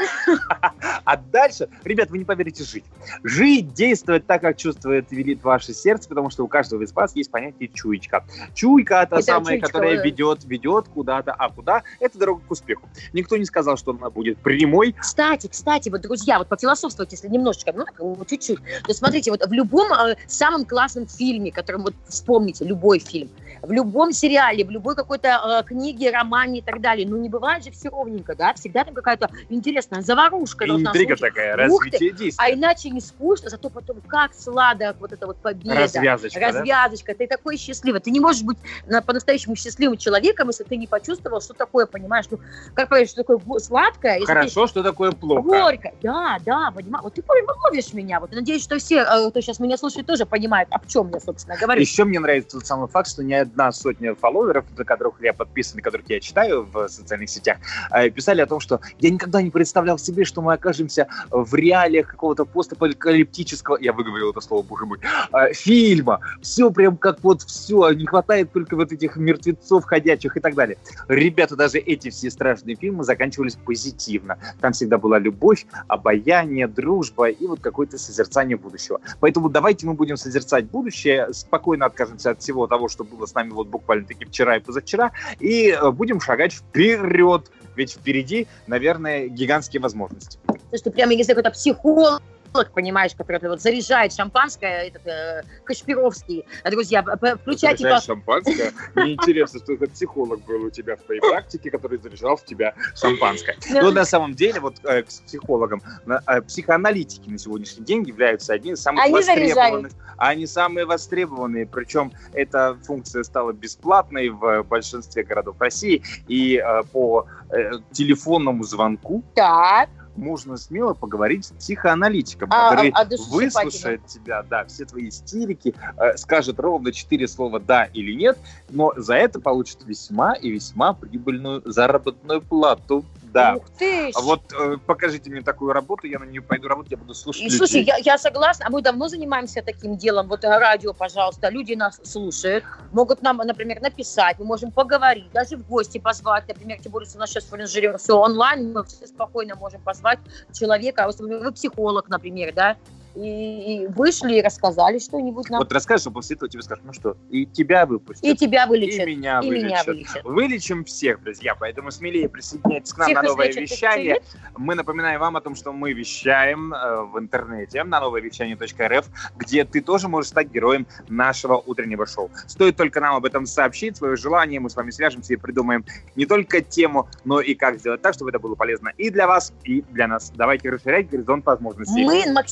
А дальше, ребят, вы не поверите, жить. Жить, действовать так, как чувствует, велит ваше сердце, потому что у каждого из вас есть понятие чуечка. Чуйка та самая, чуечка, которая да. ведет, ведет куда-то, а куда? Это дорога к успеху. Никто не сказал, что она будет прямой. Кстати, кстати, вот, друзья, вот пофилософствовать, если немножечко, ну, чуть-чуть, то смотрите, вот в любом э, самом классном фильме, которым вот вспомните, любой фильм, в любом сериале, в любой какой-то э, книге, романе и так далее, ну, не бывает же все ровненько, да? Всегда там какая-то интересная заварушка. Интрига такая, развитие действия. А иначе не скучно, зато потом как сладок вот эта вот победа. Развязочка, Развязочка. Да? Ты такой счастливый. Ты не можешь быть по-настоящему счастливым человеком, если ты не почувствовал, что такое, понимаешь, ну, как понимаешь, что такое сладкое. Хорошо, ты... что такое плохо. Горько. Да, да, понимаешь. Вот ты ловишь меня. Вот. Надеюсь, что все, кто сейчас меня слушает, тоже понимают, о чем я, собственно, говорю. Еще мне нравится тот самый факт, что не одна сотня фолловеров, за которых я подписан, которых я читаю в социальных сетях, писали о том, что я никогда не представлял себе, что мы окажемся в реалиях какого-то постапокалиптического, я выговорил это слово, боже мой, фильма. Все прям как вот все, не хватает только вот этих мертвецов ходячих и так далее. Ребята, даже эти все страшные фильмы заканчивались позитивно. Там всегда была любовь, обаяние, дружба и вот какое-то созерцание будущего. Поэтому давайте мы будем созерцать будущее, спокойно откажемся от всего того, что было с нами вот буквально-таки вчера и позавчера, и будем шагать вперед. Ведь впереди, наверное, гигантские возможности. То, что прямо, если какой-то психолог, понимаешь, который вот заряжает шампанское, этот э, Кашпировский. Друзья, включайте... Заряжает шампанское? Мне интересно, что это психолог был у тебя в твоей практике, который заряжал в тебя шампанское. Но на самом деле, вот к психологам, психоаналитики на сегодняшний день являются одним из самых востребованных. Они самые востребованные, причем эта функция стала бесплатной в большинстве городов России, и по телефонному звонку так. можно смело поговорить с психоаналитиком, а, который а, а выслушает тебя, да, все твои истерики, э, скажет ровно четыре слова «да» или «нет», но за это получит весьма и весьма прибыльную заработную плату. Да. Ух ты! А вот э, покажите мне такую работу, я на нее пойду работать, я буду слушать людей. Слушай, я, я согласна, а мы давно занимаемся таким делом. Вот радио, пожалуйста, люди нас слушают, могут нам, например, написать, мы можем поговорить, даже в гости позвать, например, тем более, что у нас сейчас в Оранжере все онлайн, мы все спокойно можем позвать человека, вы психолог, например, да, и, и вышли и рассказали что-нибудь нам. Вот расскажешь, а после этого тебе скажут, ну что, и тебя выпустят. И тебя вылечат. И меня, и вылечат. меня вылечат. Вылечим всех, друзья, поэтому смелее присоединяйтесь к нам всех на новое вещание. Мы напоминаем вам о том, что мы вещаем э, в интернете на новое вещание точка эр эф, где ты тоже можешь стать героем нашего утреннего шоу. Стоит только нам об этом сообщить, свое желание, мы с вами свяжемся и придумаем не только тему, но и как сделать так, чтобы это было полезно и для вас, и для нас. Давайте расширять горизонт возможностей. Мы максимально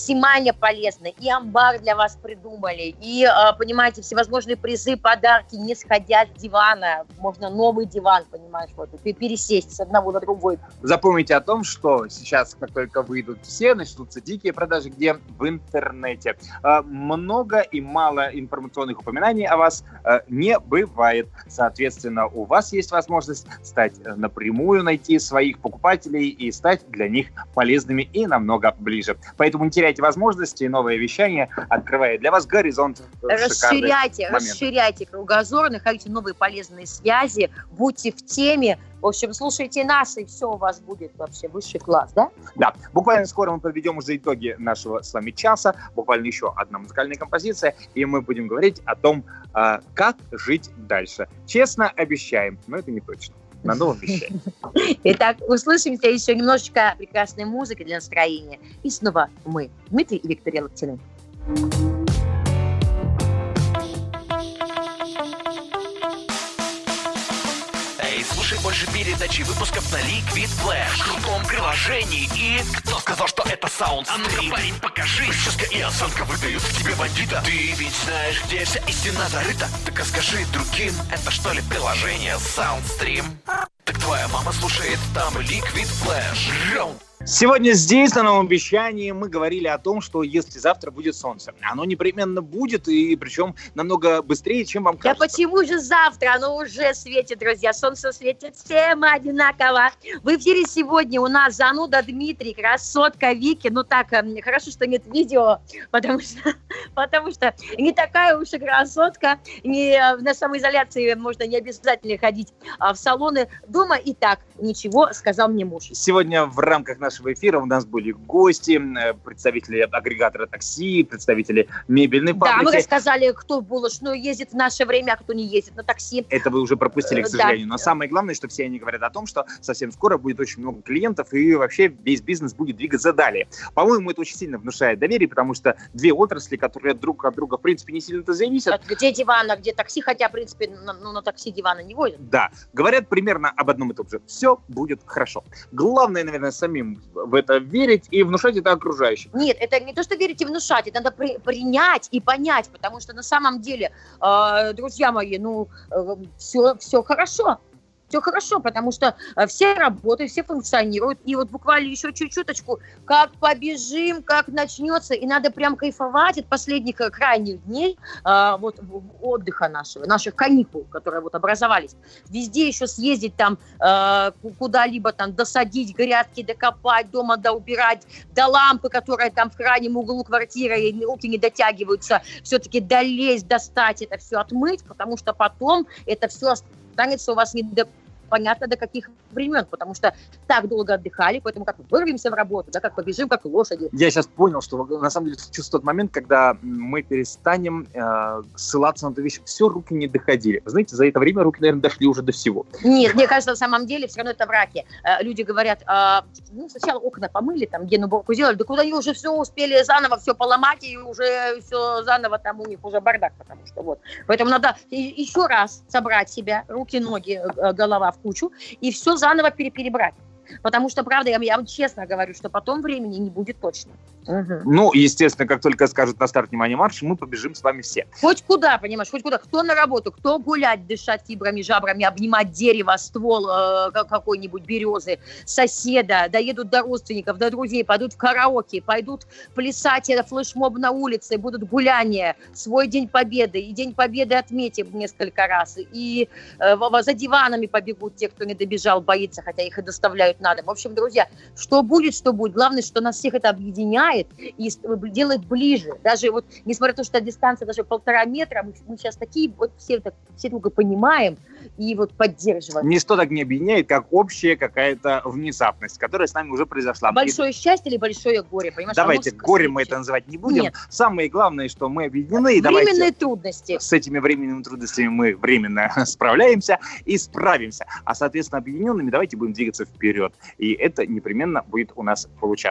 баня полезная, и амбар для вас придумали, и, э, понимаете, всевозможные призы, подарки, не сходя с дивана. Можно новый диван, понимаешь, вот, пересесть с одного на другой. Запомните о том, что сейчас, как только выйдут все, начнутся дикие продажи, где в интернете. Э, много и мало информационных упоминаний о вас э, не бывает. Соответственно, у вас есть возможность стать э, напрямую, найти своих покупателей и стать для них полезными и намного ближе. Поэтому не теряйте возможности, новое вещание открывает для вас горизонт. Расширяйте, расширяйте кругозор, находите новые полезные связи, будьте в теме. В общем, слушайте нас, и все у вас будет вообще высший класс, да? Да. Буквально скоро мы подведем уже итоги нашего с вами часа. Буквально еще одна музыкальная композиция, и мы будем говорить о том, как жить дальше. Честно обещаем, но это не точно. На новом вещании. Итак, услышимся еще немножечко прекрасной музыки для настроения. И снова мы, Дмитрий и Виктория Локтины. Эй, слушай больше передачи выпусков на Liquid Flash, в крутом приложении. И кто сказал, что это Soundstream? А ну-ка, парень, покажи. Прическа и осанка выдают в тебе бандита. Ты ведь знаешь, где вся истина зарыта. Так расскажи другим, это что ли приложение Soundstream? Так твоя мама слушает там Liquid Flash. Сегодня здесь, на новом вещании, мы говорили о том, что если завтра будет солнце, оно непременно будет, и причем намного быстрее, чем вам кажется. Да почему же завтра? Оно уже светит, друзья. Солнце светит всем одинаково. В эфире сегодня у нас зануда Дмитрий, красотка Вики. Ну так, хорошо, что нет видео, потому что, потому что не такая уж и красотка. Не, на самоизоляции можно не обязательно ходить в салоны дома. И так, ничего, сказал мне муж. Сегодня в рамках нашего эфира у нас были гости, представители агрегатора такси, представители мебельной фабрики. Да, мы рассказали, кто булочную ездит в наше время, а кто не ездит на такси. Это вы уже пропустили, к сожалению. Да. Но самое главное, что все они говорят о том, что совсем скоро будет очень много клиентов, и вообще весь бизнес будет двигаться далее. По-моему, это очень сильно внушает доверие, потому что две отрасли, которые друг от друга, в принципе, не сильно-то зависят. Где диван, а где такси, хотя, в принципе, на, ну, на такси дивана не возят. Да, говорят примерно об одном и том же. Все будет хорошо. Главное, наверное, самим в это верить и внушать это окружающим. Нет, это не то, что верить и внушать, это надо при, принять и понять, потому что на самом деле, э, друзья мои, ну, э, все, все хорошо. Все хорошо, потому что все работают, все функционируют. И вот буквально еще чуть-чуточку, как побежим, как начнется. И надо прям кайфовать от последних крайних дней э, вот, отдыха нашего, наших каникул, которые вот образовались. Везде еще съездить там э, куда-либо, там досадить грядки, докопать, дома доубирать, до лампы, которая там в крайнем углу квартиры, и руки не дотягиваются, все-таки долезть, достать это все, отмыть, потому что потом это все останется у вас не до... понятно до каких времен, потому что так долго отдыхали, поэтому как вырвемся в работу, да, как побежим, как лошади. Я сейчас понял, что на самом деле случился тот момент, когда мы перестанем э, ссылаться на эту вещь. Все, руки не доходили. Вы знаете, за это время руки, наверное, дошли уже до всего. Нет, мне кажется, на самом деле все равно это враки. Э, люди говорят, э, ну, сначала окна помыли, там, где уборку сделали, да куда они уже все успели заново все поломать, и уже все заново там у них уже бардак, потому что вот. Поэтому надо еще раз собрать себя, руки, ноги, голова в кучу, и все заново перебрать. Потому что, правда, я, я вам честно говорю, что потом времени не будет точно. Угу. Ну, естественно, как только скажут на старт внимания марш, мы побежим с вами все. Хоть куда, понимаешь, хоть куда. Кто на работу, кто гулять, дышать фибрами, жабрами, обнимать дерево, ствол э, какой-нибудь березы, соседа, доедут до родственников, до друзей, пойдут в караоке, пойдут плясать, это флешмоб на улице, будут гуляния, свой День Победы, и День Победы отметим несколько раз, и э, за диванами побегут те, кто не добежал, боится, хотя их и доставляют надо. В общем, друзья, что будет, что будет. Главное, что нас всех это объединяет и делает ближе. Даже вот, несмотря на то, что дистанция даже полтора метра, мы, мы сейчас такие, вот все, так, все друга понимаем и вот поддерживаем. Ничто так не объединяет, как общая какая-то внезапность, которая с нами уже произошла. Большое и... счастье или большое горе, понимаешь? Давайте, горе мы это называть не будем. Нет. Самое главное, что мы объединены. Временные давайте трудности. С этими временными трудностями мы временно справляемся и справимся. А, соответственно, объединенными давайте будем двигаться вперед. И это непременно будет у нас получаться.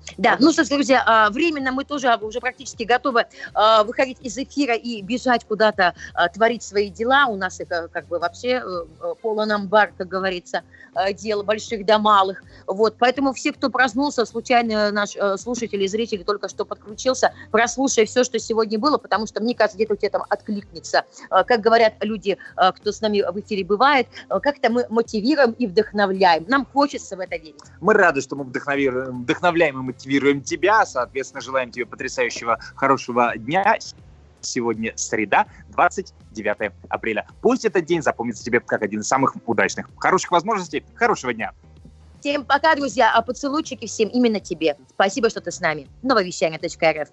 Да, ну, собственно, друзья, временно мы тоже уже практически готовы выходить из эфира и бежать куда-то, творить свои дела. У нас их как бы вообще полон амбар, как говорится, дел больших да малых. Вот, поэтому все, кто проснулся, случайно наш слушатель и зритель только что подключился, прослушай все, что сегодня было, потому что, мне кажется, где-то у тебя там откликнется. Как говорят люди, кто с нами в эфире бывает, как-то мы мотивируем и вдохновляем. Нам хочется в это верить. Мы рады, что мы вдохновляем, вдохновляем и мотивируем тебя. Соответственно, желаем тебе потрясающего, хорошего дня. Сегодня среда, двадцать девятое апреля. Пусть этот день запомнится тебе как один из самых удачных. Хороших возможностей, хорошего дня. Всем пока, друзья. А поцелуйчики всем именно тебе. Спасибо, что ты с нами. новое вещание точка эр эф.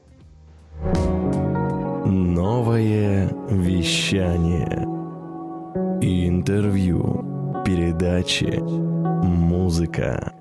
Новое вещание. Интервью, передачи, музыка.